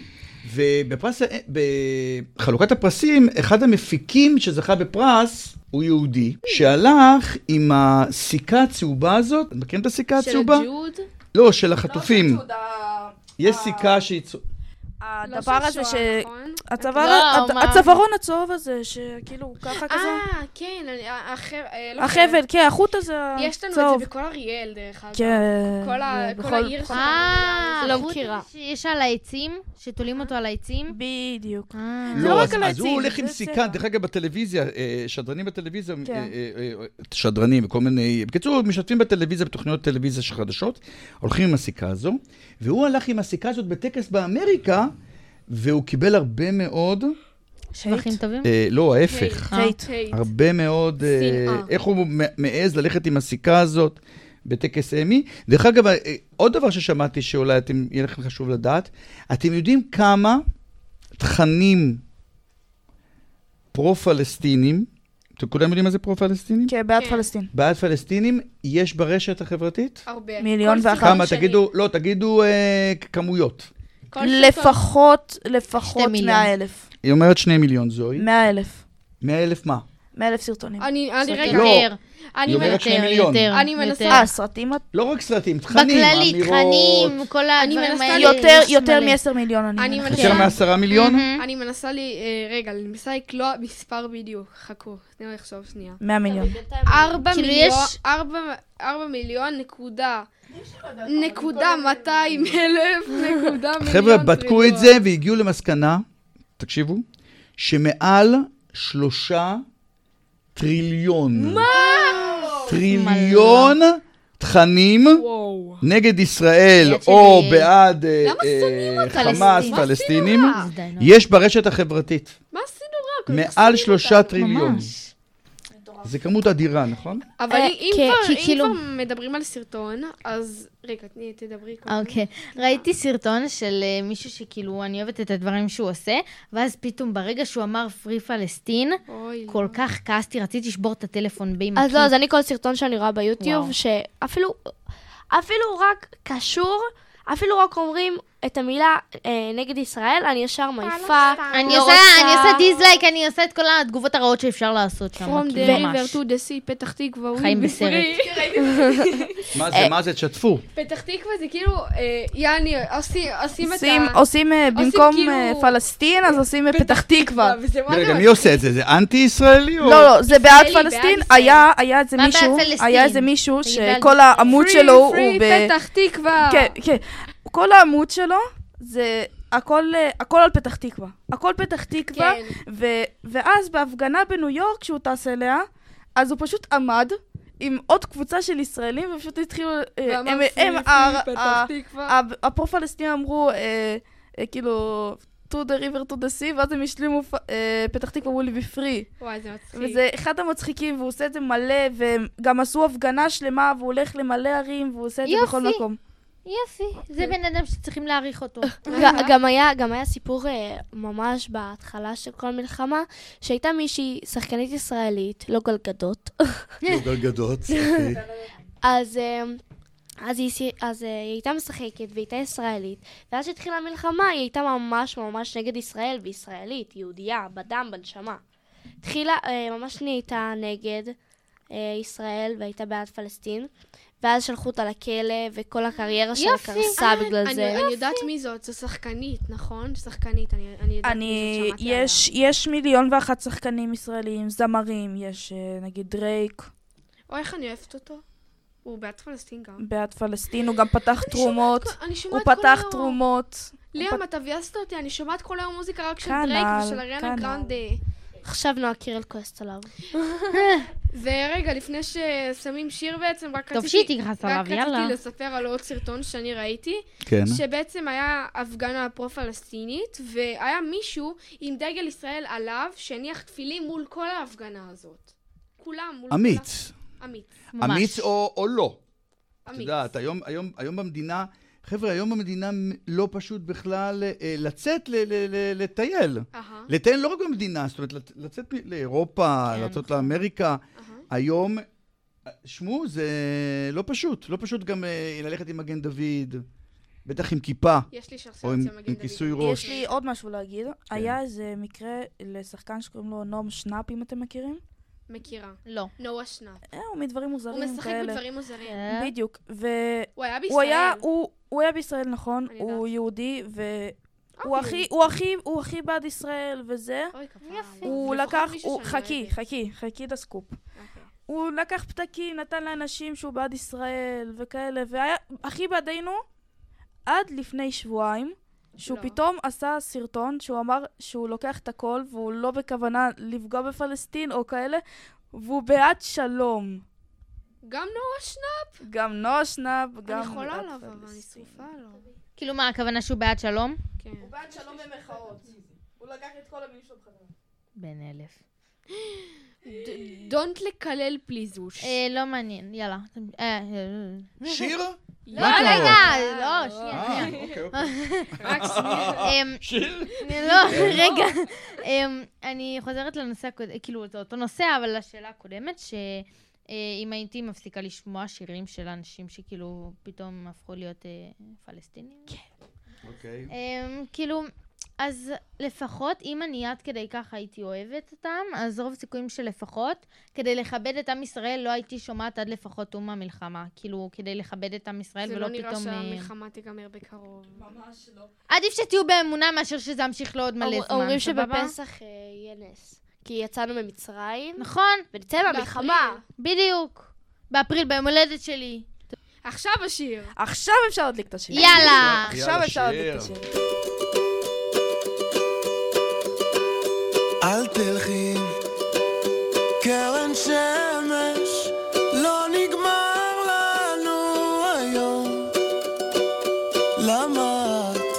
ובחלוקת הפרסים, אחד המפיקים שזכה בפרס, הוא יהודי, שהלך עם הסיכה הצהובה הזאת. אתם מכירים את הסיכה הצהובה? של הג'וד? לא, של החטופים. יש סיכה שהיא... הדבר הזה ש... לא, מה? הצווארון הצהוב הזה, שכאילו ככה כזה. אה, כן, החבל, כן, החוט הזה יש לנו צהוב. את זה בכל אריאל, דרך אגב. כן. כל ה- כל בכל- העיר שלנו. אה, לא החוט מכירה. שיש על העצים, שתולים אותו על העצים. בדיוק. אה. זה לא לא, רק אז, על אז העצים, הוא הולך עם זה סיכה, צבע. דרך אגב בטלוויזיה, אה, שדרנים בטלוויזיה, כן. אה, אה, אה, שדרנים וכל מיני, בקיצור, משתתפים בטלוויזיה, בתוכניות טלוויזיה של חדשות, הולכים עם הסיכה הזו, והוא הלך עם הסיכה הזאת בטקס באמריקה, והוא קיבל הרבה מאוד, שבחים טובים? אה, לא, ההפך, הייט. הרבה מאוד, אה, שנאה. איך הוא מ- מעז ללכת עם הסיכה הזאת בטקס אמי. דרך אגב, אה, עוד דבר ששמעתי שאולי אתם, יהיה לכם חשוב לדעת, אתם יודעים כמה תכנים פרו-פלסטינים, אתם כולם יודעים מה זה פרו-פלסטינים? כן, בעד כן. פלסטין. בעד פלסטינים יש ברשת החברתית? הרבה. מיליון כל ואחת. סרטון כמה? שלי. תגידו, לא, תגידו אה, כמויות. כל סרטון- לפחות, לפחות שתי מיליון. מאה אלף. היא אומרת שני מיליון, זוהי. מאה אלף. מאה אלף מה? מאה אלף סרטונים. אני, אני רגע, לא. יותר. אני היא אומרת מנסה, שני מיליון. יותר, אני מנסה- יותר. אה, סרטים? לא רק סרטים, תכנים, בכללי, אמירות. תכנים, כל הדברים מנסה האלה. יותר, יש יותר מלא. מעשר מיליון אני אני מניחה. מנסה- יותר מעשרה מיליון? מהמם. אני מנסה לי, אה, רגע, אני מנסה לקלוע מספר בדיוק. חכו, תנו לחשוב שנייה. מאה מיליון. ארבע כאילו מיליון, יש- ארבע, ארבע מיליון נקודה, נקודה מאתיים אלף, נקודה מיליון. חבר'ה, בדקו טריליון. את זה והגיעו למסקנה, תקשיבו, שמעל שלושה טריליון. מה? טריליון תכנים וואו. וואו. נגד ישראל או בעד חמאס פלסטינים, יש ברשת החברתית. מה עשינו רע? מעל שלושה טריליון. זה כמות אדירה, נכון? אבל אם כבר מדברים על סרטון, אז רגע, תדברי ככה. אוקיי, ראיתי סרטון של מישהו שכאילו, אני אוהבת את הדברים שהוא עושה, ואז פתאום ברגע שהוא אמר פרי פלסטין, כל כך כעסתי, רציתי לשבור את הטלפון בי מקי. אז לא, אז אני כל סרטון שאני רואה ביוטיוב, שאפילו אפילו רק קשור, אפילו רק אומרים את המילה אה, נגד ישראל, אני ישר מעיפה. אני עושה, אני עושה דיזלייק, אני עושה את כל התגובות הרעות שאפשר לעשות שם. From the river to the sea, פתח תקווה. חיים בסרט. מה זה, מה זה, תשתפו? פתח תקווה זה כאילו, יעני, עושים את ה... עושים במקום פלסטין, אז עושים פתח תקווה. רגע, מי עושה את זה? זה אנטי-ישראלי? לא, לא, זה בעד פלסטין. היה איזה מישהו, היה איזה מישהו שכל העמוד שלו הוא ב... פרי, פתח תקווה. כן, כן. כל העמוד שלו זה הכל, הכל על פתח תקווה. הכל פתח תקווה, כן. ו- ואז בהפגנה בניו יורק שהוא טס אליה, אז הוא פשוט עמד עם עוד קבוצה של ישראלים, ופשוט התחילו... ואמר הם, פרי, הם, פרי, הר, פתח תקווה. הפרו-פלסטינים אמרו, אה, אה, כאילו, to the river to the sea, ואז הם השלימו אה, פתח תקווה will be free. וואי, זה מצחיק. וזה אחד המצחיקים, והוא עושה את זה מלא, וגם עשו הפגנה שלמה, והוא הולך למלא ערים, והוא עושה את זה בכל מקום. יופי, זה בן אדם שצריכים להעריך אותו. גם היה, גם היה סיפור ממש בהתחלה של כל מלחמה, שהייתה מישהי שחקנית ישראלית, לא גלגדות. לא גלגדות, אוקיי. אז אז היא, אז היא הייתה משחקת והיא הייתה ישראלית, ואז שהתחילה המלחמה היא הייתה ממש ממש נגד ישראל, וישראלית, יהודייה, בדם, בנשמה. התחילה, ממש נהייתה נגד ישראל והייתה בעד פלסטין. ואז שלחו אותה לכלא, וכל הקריירה שלה קרסה בגלל זה. אני יודעת מי זאת, זו שחקנית, נכון? שחקנית, אני יודעת מי זאת, שמעתי עליה. יש מיליון ואחת שחקנים ישראלים, זמרים, יש נגיד דרייק. או איך אני אוהבת אותו? הוא בעד פלסטין גם. בעד פלסטין, הוא גם פתח תרומות. הוא פתח תרומות. ליאם, אתה ביאסת אותי, אני שומעת כל היום מוזיקה רק של דרייק ושל אריאנה גרנדה. עכשיו נועה קירל כועסת עליו. ורגע, לפני ששמים שיר בעצם, רק רציתי לספר על עוד סרטון שאני ראיתי, שבעצם היה הפגנה פרו-פלסטינית, והיה מישהו עם דגל ישראל עליו, שהניח תפילים מול כל ההפגנה הזאת. כולם מול... אמיץ. אמיץ. אמיץ או לא. אמיץ. את יודעת, היום במדינה... חבר'ה, היום במדינה לא פשוט בכלל לצאת לטייל. לטייל לא רק במדינה, זאת אומרת, לצאת לאירופה, לצאת לאמריקה. היום, שמו, זה לא פשוט. לא פשוט גם ללכת עם מגן דוד, בטח עם כיפה. יש לי שרשרת של מגן דוד. עם כיסוי ראש. יש לי עוד משהו להגיד. היה איזה מקרה לשחקן שקוראים לו נועם שנאפ, אם אתם מכירים? מכירה. לא. נועה שנאפ. הוא מדברים מוזרים כאלה. הוא משחק בדברים מוזרים. בדיוק. הוא היה בישראל. הוא היה בישראל, נכון. הוא יהודי, והוא הכי, הוא הכי, הוא הכי בעד ישראל, וזה. הוא לקח, חכי, חכי, חכי את הסקופ. הוא לקח פתקים, נתן לאנשים שהוא בעד ישראל, וכאלה, והיה הכי בעדינו, עד לפני שבועיים, שהוא פתאום עשה סרטון שהוא אמר שהוא לוקח את הכל והוא לא בכוונה לפגוע בפלסטין או כאלה, והוא בעד שלום. גם נועה שנאפ? גם נועה שנאפ, גם... אני יכולה עליו, אבל אני שרופה לו. כאילו מה, הכוונה שהוא בעד שלום? כן. הוא בעד שלום במחאות. הוא לקח את כל המילים שלו בחזרה. בן אלף. דונט לקלל פליזוש. לא מעניין, יאללה. שיר? לא, רגע, לא, שנייה. אוקיי, אוקיי. רק שנייה. שיר? לא, רגע. אני חוזרת לנושא, כאילו, זה אותו נושא, אבל לשאלה הקודמת, שאם הייתי מפסיקה לשמוע שירים של אנשים שכאילו פתאום הפכו להיות פלסטינים. כן. אוקיי. כאילו... אז לפחות, אם אני עד כדי כך הייתי אוהבת אותם, אז רוב סיכויים שלפחות, כדי לכבד את עם ישראל, לא הייתי שומעת עד לפחות תום המלחמה. כאילו, כדי לכבד את עם ישראל, ולא פתאום... זה לא נראה שהמלחמה תיגמר בקרוב. ממש לא. עדיף שתהיו באמונה מאשר שזה ימשיך לעוד מלא זמן. אומרים שבפסח יהיה נס. כי יצאנו ממצרים. נכון. ונצא במלחמה. בדיוק. באפריל, ביום הולדת שלי. עכשיו השיר. עכשיו אפשר להדליק את השיר. יאללה. עכשיו אפשר להדליק את השיר. אל תלכי, קרן שמש, לא נגמר לנו היום. למה את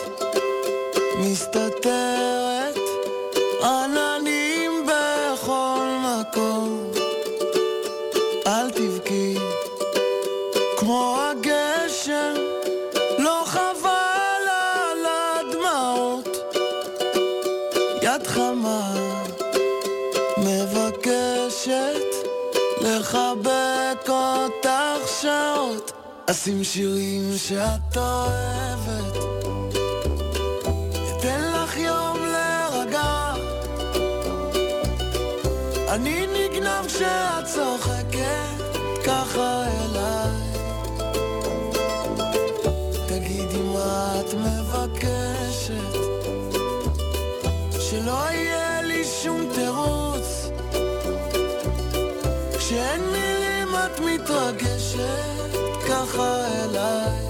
מסתתרת? עננים בכל מקום, אל תבכי כמו הגשם, לא חבל על הדמעות. יד חמה מבקשת לחבק אותך שעות, אשים שירים שאת אוהבת, אתן לך יום להירגע. אני נגנב כשאת צוחקת ככה אליי, תגידי מה את מבקשת, שלא יהיה לי שום תירוץ, כשאין מילים את מתרגשת ככה אליי,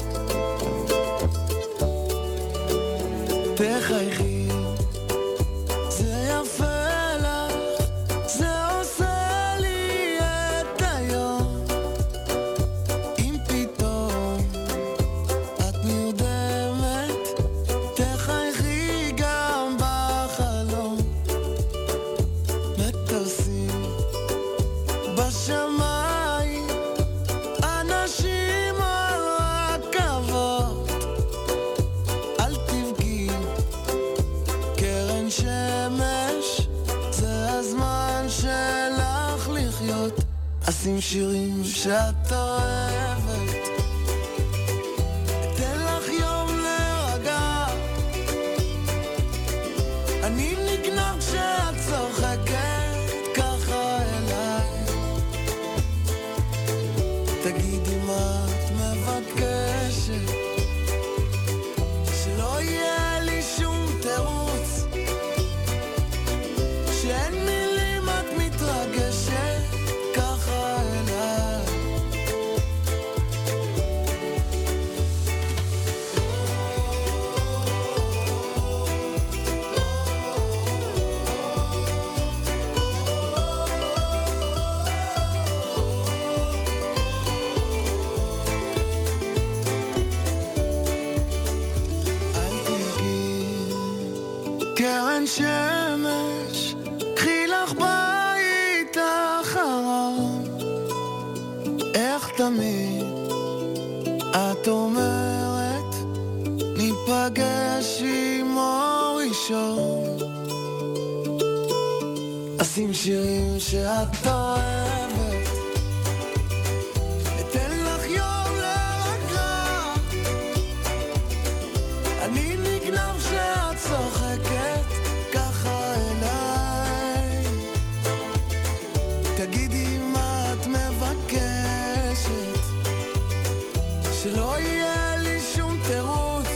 תחייכי, זה יפה לך, זה עושה לי את היום, אם פתאום את נרדמת, תחייכי גם בחלום, מטוסים בשמיים, אנשים על רכבות, אל תבכי קרן שמש, זה הזמן שלך לחיות, אשים שירים שאת אוהבת, אתן לך יום להירגע. אני נגנב כשאת צוחקת ככה אליי, תגידי מה את מבקשת, שלא יהיה לי שום תירוץ, שאין מילים את מתרגשת ככה אליי. קרן שמש, קחי לך בית אחרון, איך תמיד את אומרת, ניפגש עם אור ראשון, אשים שירים שאת אוהבת, אתן לך יום להירגע. אני נגנב שאת צוחקת ככה אליי, תגידי מה את מבקשת, שלא יהיה לי שום תירוץ.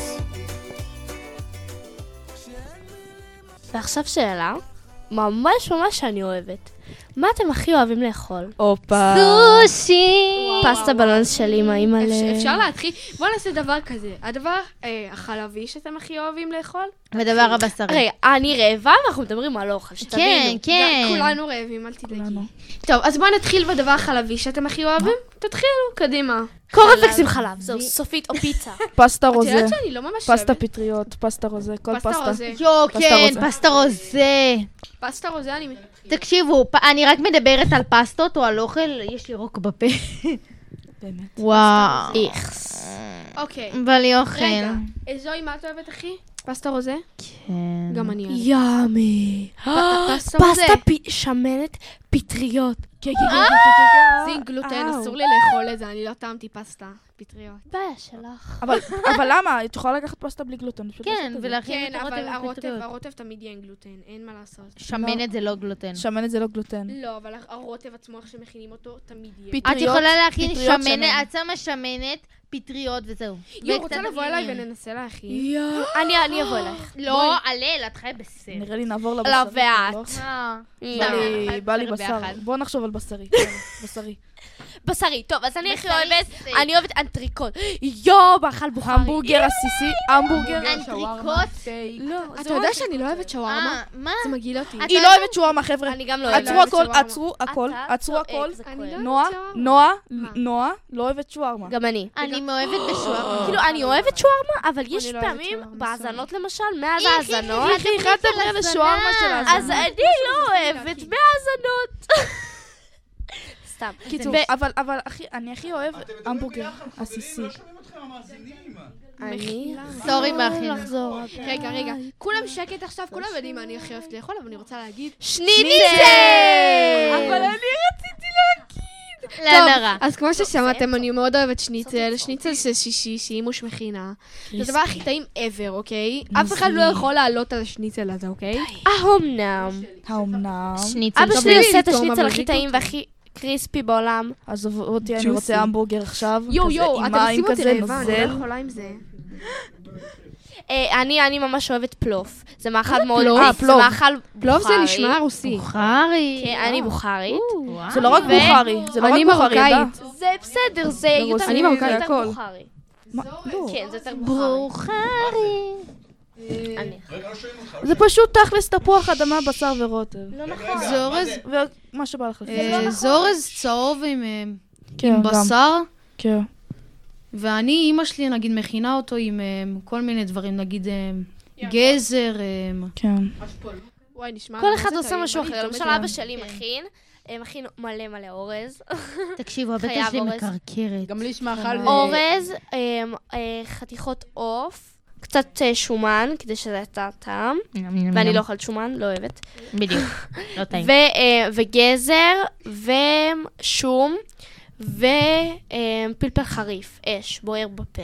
ועכשיו שאלה, ממש ממש שאני אוהבת. מה אתם הכי אוהבים לאכול? הופה. סושי! פסטה בלונס של אמא, אמא ל... אפשר להתחיל? בואו נעשה דבר כזה. הדבר אה, החלבי שאתם הכי אוהבים לאכול? ודבר הבשרי. רגע, אני רעבה ואנחנו מדברים על אוכל, שתבינו. כן, כן. כולנו רעבים, אל תדאגי. טוב, אז בואו נתחיל בדבר החלבי שאתם הכי אוהבים. תתחילו, קדימה. קורנפלקס עם חלב, זהו, סופית או פיצה. פסטה את רוזה. יודעת שאני לא ממש פסטה אוהבת. פטריות, פסטה רוזה, כל פסטה פסטה. רוזה. יו, פסטה כן, רוזה. פסטה רוזה. פסטה רוזה אני... תקשיבו, פ- אני רק מדברת על פסטות או על אוכל, יש לי רוק בפה. באמת. וואו. איכס. אוקיי. בא לי אוכל. רגע, זוהי, מה את אוהבת, אחי? פסטה רוזה? כן. גם אני אוהבת. יאמי. פסטה רוזה. פסטה פ- שמנת פטריות. כן, כן, כן, כן, זה עם גלוטן, אאו. אסור לי לאכול את זה, אני לא טעמתי פסטה, פטריות. בעיה שלך. אבל אבל למה? את יכולה לקחת פסטה בלי גלוטן. פשוט כן, לעשות את זה. ולהכין כן, את אבל הרוטב הרוטב, בפטריות. הרוטב תמיד יהיה עם גלוטן, אין מה לעשות. שמנת זה לא גלוטן. שמנת זה לא גלוטן. לא, אבל הרוטב עצמו, איך שמכינים אותו, תמיד יהיה. פטריות, את יכולה להכין פטריות שמנת, שמן. את שמה שמנת, פטריות וזהו. יו, וקצת רוצה לבוא אליי דגנים. וננסה להכין? יואו. אני אני אבוא אלייך. לא, הלל, את חי בסרט. נראה לי נעבור לא, לבשרי. ואת. לא? אה. בא לי- לא, בא לי בסדר בשר. ביחד. בוא נחשוב על בשרי. יאללה, בשרי. בשרי. טוב, אז אני הכי אוהבת, אני אוהבת אנטריקוט. יואו, מאכל בוכרי. המבורגר עסיסי, המבורגר. אנטריקוט? לא. אתה יודע שאני לא אוהבת שווארמה? מה? זה מגעיל אותי. היא לא אוהבת שווארמה, חבר'ה. אני גם לא אוהבת. עצרו הכל, עצרו הכל, עצרו הכל. נועה, נועה, נועה, לא אוהבת שווארמה. גם אני. אני מאוהבת בשווארמה. כאילו, אני אוהבת שווארמה, אבל יש פעמים, בהאזנות למשל, מאז ההאזנות, איך היא אחת תדבר לשווארמה של ההאזנות? אז אני לא אוהבת בהאזנות. סתם. קיצור, אבל, אבל, אחי, אני הכי אוהב המבורגר עסיסי. אני... סורי מאחים. רגע, רגע. כולם שקט עכשיו, כולם יודעים מה אני הכי אוהבת לאכול, אבל אני רוצה להגיד... שניצל! אבל אני רציתי להגיד! לא נורא. אז כמו ששמעתם, אני מאוד אוהבת שניצל. שניצל זה שישי, שימוש מכינה. זה הדבר הכי טעים ever, אוקיי? אף אחד לא יכול לעלות על השניצל הזה, אוקיי? האומנם. האומנם. שניצל. אבא שלי עושה את השניצל הכי טעים והכי קריספי בעולם. עזוב אותי, אני רוצה המבורגר עכשיו. יו, יו, אתם עושים אותי כזה רעבה, אני לא יכולה עם זה. אני אני ממש אוהבת פלוף. זה מאכל מאוד... אה, פלוף. זה מאכל בוכרי. פלוף זה נשמע רוסי. בוכרי. אני בוכרית. זה לא רק בוכרי, זה לא רק אני בוכרי, דה. מרוקאית. זה בסדר, זה יותר... אני מרוקאית, יותר הכל. בוכרי. לא. כן, זה יותר בוכרי. אני. זה פשוט תכלס תפוח אדמה, בשר ורוטב. לא נכון. זורז, ומה שבא לך. אה, זורז צהוב עם אה, כן, עם גם. בשר, כן. ואני, אימא שלי, נגיד, מכינה אותו עם אה, כל מיני דברים, נגיד אה, גזר. אה, כן. וואי, נשמע... כל אחד עושה משהו אחר. למשל, אבא שלי מכין, מכין מלא מלא אורז. תקשיבו, הבטן חייב שלי אורז. מקרקרת. גם לי יש מאכל... אורז, אמ, אה, חתיכות עוף, קצת אה, שומן, כדי שזה את הטעם, ואני לא אוכלת שומן, לא אוהבת. בדיוק, לא טעים. ו- אה, וגזר, ושום, ופלפל חריף, אש, בוער בפה.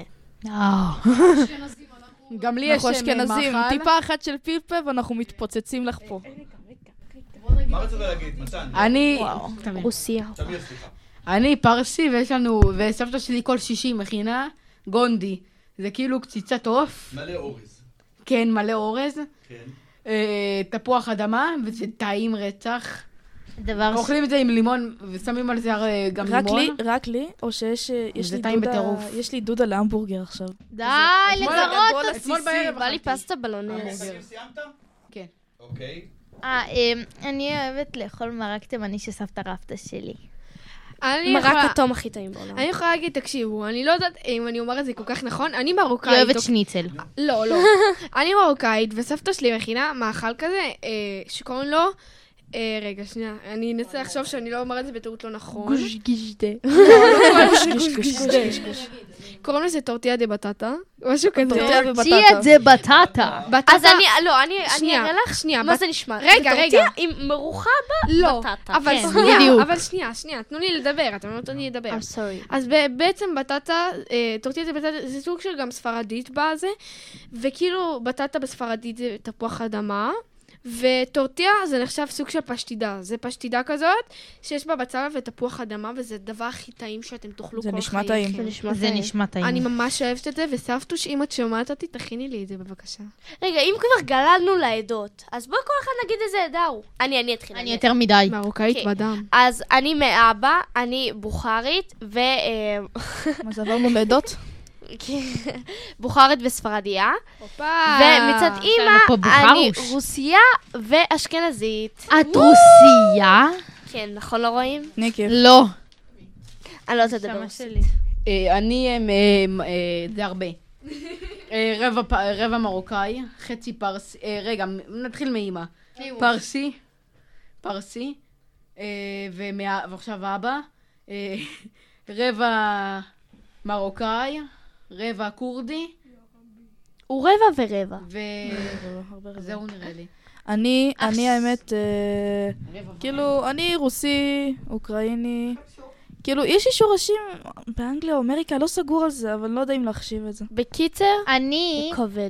גם לי יש אנחנו אה, אשכנזים, מאכל. טיפה אחת של פלפל ואנחנו מתפוצצים לך פה. מה רצית להגיד, מתן? אני... רוסיה. תמיר, סליחה. אני פרסי, ויש לנו... וסבתא שלי כל שישי מכינה גונדי. זה כאילו קציצת עוף. מלא אורז. כן, מלא אורז. כן. אה, תפוח אדמה, וזה טעים רצח. דבר ש... אוכלים את זה עם לימון, ושמים על זה הרי גם רק לי, לימון. רק לי, או שיש יש זה לי טעים דודה, בטירוף. יש לי דודה להמבורגר עכשיו. די, אתמול- לגרות אותי. אתמול בערב בא לי אכלתי. פסטה בלונז. סיימת? כן. אוקיי. אה, אמ, אני אוהבת לאכול מרק תימני שסבתא רבתא שלי. אני מרק יכולה... כתום הכי טעים בעולם. אני יכולה להגיד, תקשיבו, אני לא יודעת אם אני אומרת את זה כל כך נכון, אני היא מרוקאית. אוהבת אוקיי? שניצל. לא, לא. אני מרוקאית, וסבתא שלי מכינה מאכל כזה, אה, שקוראים לו... אה, רגע, שנייה, אני אנסה לחשוב שאני לא אומרת את זה בטעות לא נכון. גוש גישדה. קוראים לזה טורטיה דה בטטה, משהו כזה. טורטיה תוציא ובטטה. את זה בטטה. בטטה... אז אני, לא, אני אני שנייה, אראה לך שנייה, מה בט- זה נשמע. רגע, זה רגע. טורטיה עם מרוחה לא, בטטה. אבל כן, שנייה, בדיוק. אבל שנייה, שנייה, תנו לי לדבר, אתם לא נותנים לי לדבר. I'm sorry. אז ב- בעצם בטטה, אה, טורטיה זה בטטה, זה סוג של גם ספרדית בזה, וכאילו בטטה בספרדית זה תפוח אדמה, וטורטיה זה נחשב סוג של פשטידה, זה פשטידה כזאת, שיש בה בצל ותפוח אדמה, וזה הדבר הכי טעים שאתם תאכלו כל זה חיים. נשמע טעים. זה נשמע זה טעים. נשמע טעים. אני ממש אוהבת את זה, וסבתוש, אם את שומעת אותי, תכיני לי את זה בבקשה. רגע, אם כבר גללנו לעדות, אז בוא כל אחד נגיד איזה עדה הוא. אני, אני אתחיל. אני יותר מדי. מרוקאית אוקיי. בדם. אז אני מאבא, אני בוכרית, ו... אה, מה זה עברנו לעדות? בוכרית וספרדיה. הופה! ומצד אימא, פה אני בוכרוש. רוסיה ואשכנזית. את רוסיה? כן, נכון, לא רואים? ניקף. לא. אני לא רוצה לדבר רוסית. אה, אני, אה, אה, אה, זה הרבה. אה, רבע פ- רבע מרוקאי, חצי פרסי, אה, רגע, נתחיל מאמא. פרסי, פרסי, אה, ומה- ועכשיו אבא, אה, רבע מרוקאי, רבע קורדי, הוא רבע ורבע. וזהו נראה לי. אני, אני האמת, אה, כאילו, אני רוסי, אוקראיני, כאילו, יש לי שורשים באנגליה או אמריקה, לא סגור על זה, אבל לא יודע אם להחשיב את זה. בקיצר, אני... הוא כבד.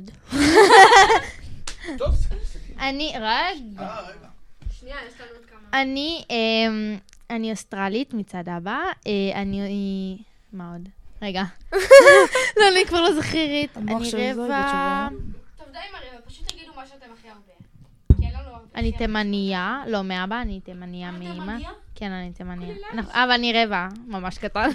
טוב, אני... רגע. אה, רגע. שנייה, יש לנו עוד כמה. אני... אמ, אני אוסטרלית מצד אבא. אה, אני... מה עוד? רגע. לא, אני כבר לא זכירית. המוח אני של זוהי רבע... בתשובה. טוב, די עם הרבע, פשוט תגידו מה שאתם הכי הרבה. כי אין לנו אני תימניה, לא מאבא, אני תימניה מאמא. כן, אני תימניה. אבל אני רבע, ממש קטן.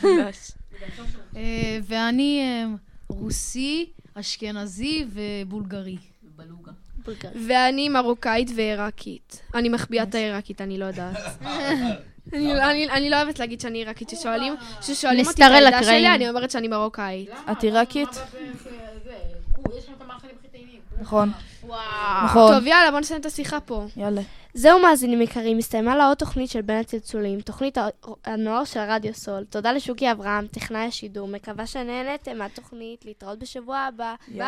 ואני רוסי, אשכנזי ובולגרי. ואני מרוקאית ועיראקית. אני מחביאה את העיראקית, אני לא יודעת. אני לא אוהבת להגיד שאני עיראקית, ששואלים אותי את העדה שלי, אני אומרת שאני מרוקאית. את עיראקית? יש שם את המאכלים הכי טעימים. נכון. וואו. טוב, יאללה, בוא נסיים את השיחה פה. יאללה. זהו מאזינים יקרים, הסתיימה לעוד תוכנית של בין הצלצולים, תוכנית הנוער של רדיו סול. תודה לשוקי אברהם, טכנאי השידור. מקווה שנהנתם מהתוכנית, להתראות בשבוע הבא. ביי!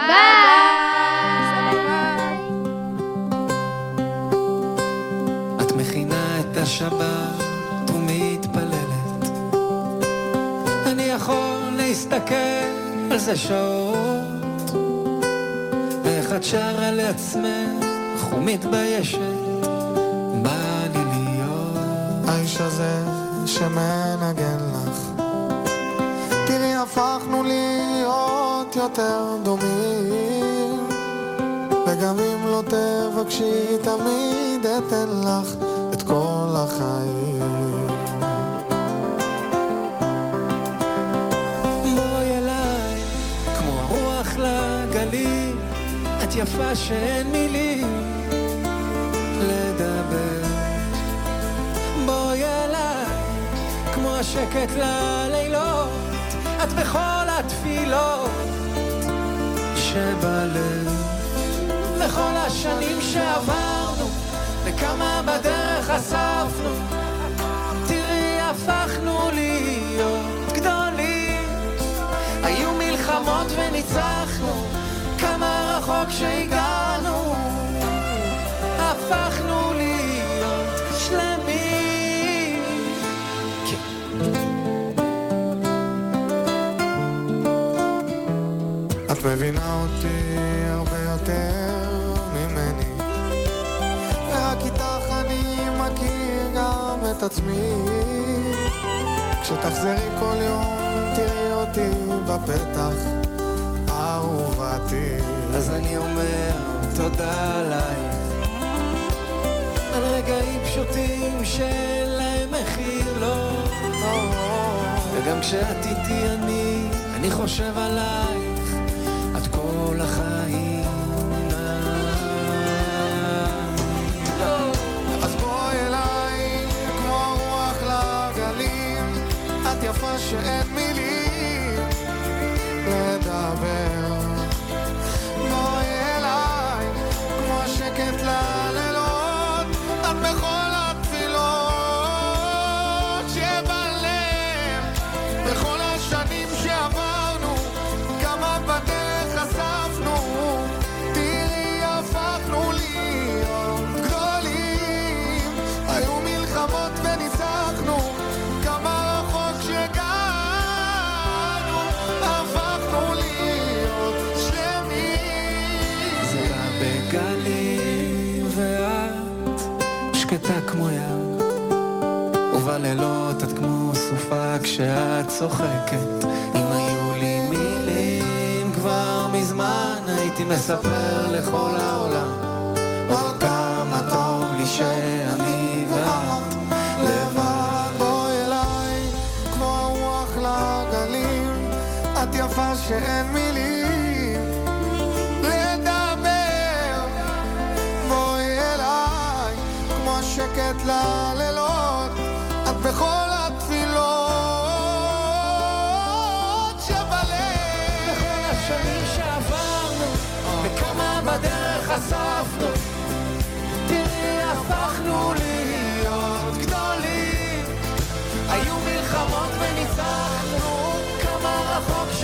את מכינה את השבת ומתפללת, אני יכול להסתכל על זה שעות, ואיך את שרה לעצמך ומתביישת, בא לי להיות האיש הזה שמנגן לך. תראי, הפכנו להיות יותר דומים, וגם אם לא תבקשי תמיד אתן לך את כל החיים. בואי אליי כמו הרוח לגלים, את יפה שאין מילים לדבר. בואי אליי כמו השקט ללילות, את בכל התפילות שבלב. לכל השנים שעברנו וכמה בדרך אספנו, תראי הפכנו להיות גדולים. היו מלחמות וניצחנו, כמה רחוק שהגענו, הפכנו להיות שלמים. את מבינה אותי הרבה יותר ממני, ורק איתך אני מכיר גם את עצמי. כשתחזרי כל יום תראי אותי בפתח, אהובתי. אז אני אומר תודה עלייך, על רגעים פשוטים שלהם מחיר לא, וגם כשאת איתי אני, אני חושב עלייך עד כל החיים. אז בואי אליי כמו רוח לגלים, את יפה שאין מילים לדבר. בואי אליי כמו השקט ללילות, את בכל התפילות שבלב. בכל השנים שעברנו, כמה בדרך אספנו, תראי הפכנו להיות גדולים. היו מלחמות וניצחנו, כמה רחוק שהגענו, הפכנו להיות שלמים. זה בא בגלים ואת שקטה כמו ים, ובלילות את כמו סופה כשאת צוחקת. אם היו לי מילים כבר מזמן הייתי מספר לכל העולם עוד כמה טוב לי שאני ואת לבד. בואי אליי כמו הרוח לגלים, את יפה שאין מילים לדבר. בואי אליי כמו השקט ללילות, את בכל התפילות שבלב. בכל השנים שעברנו וכמה בדרך אספנו, תראי הפכנו להיות גדולים. היו מלחמות וניצחנו, כמה רחוק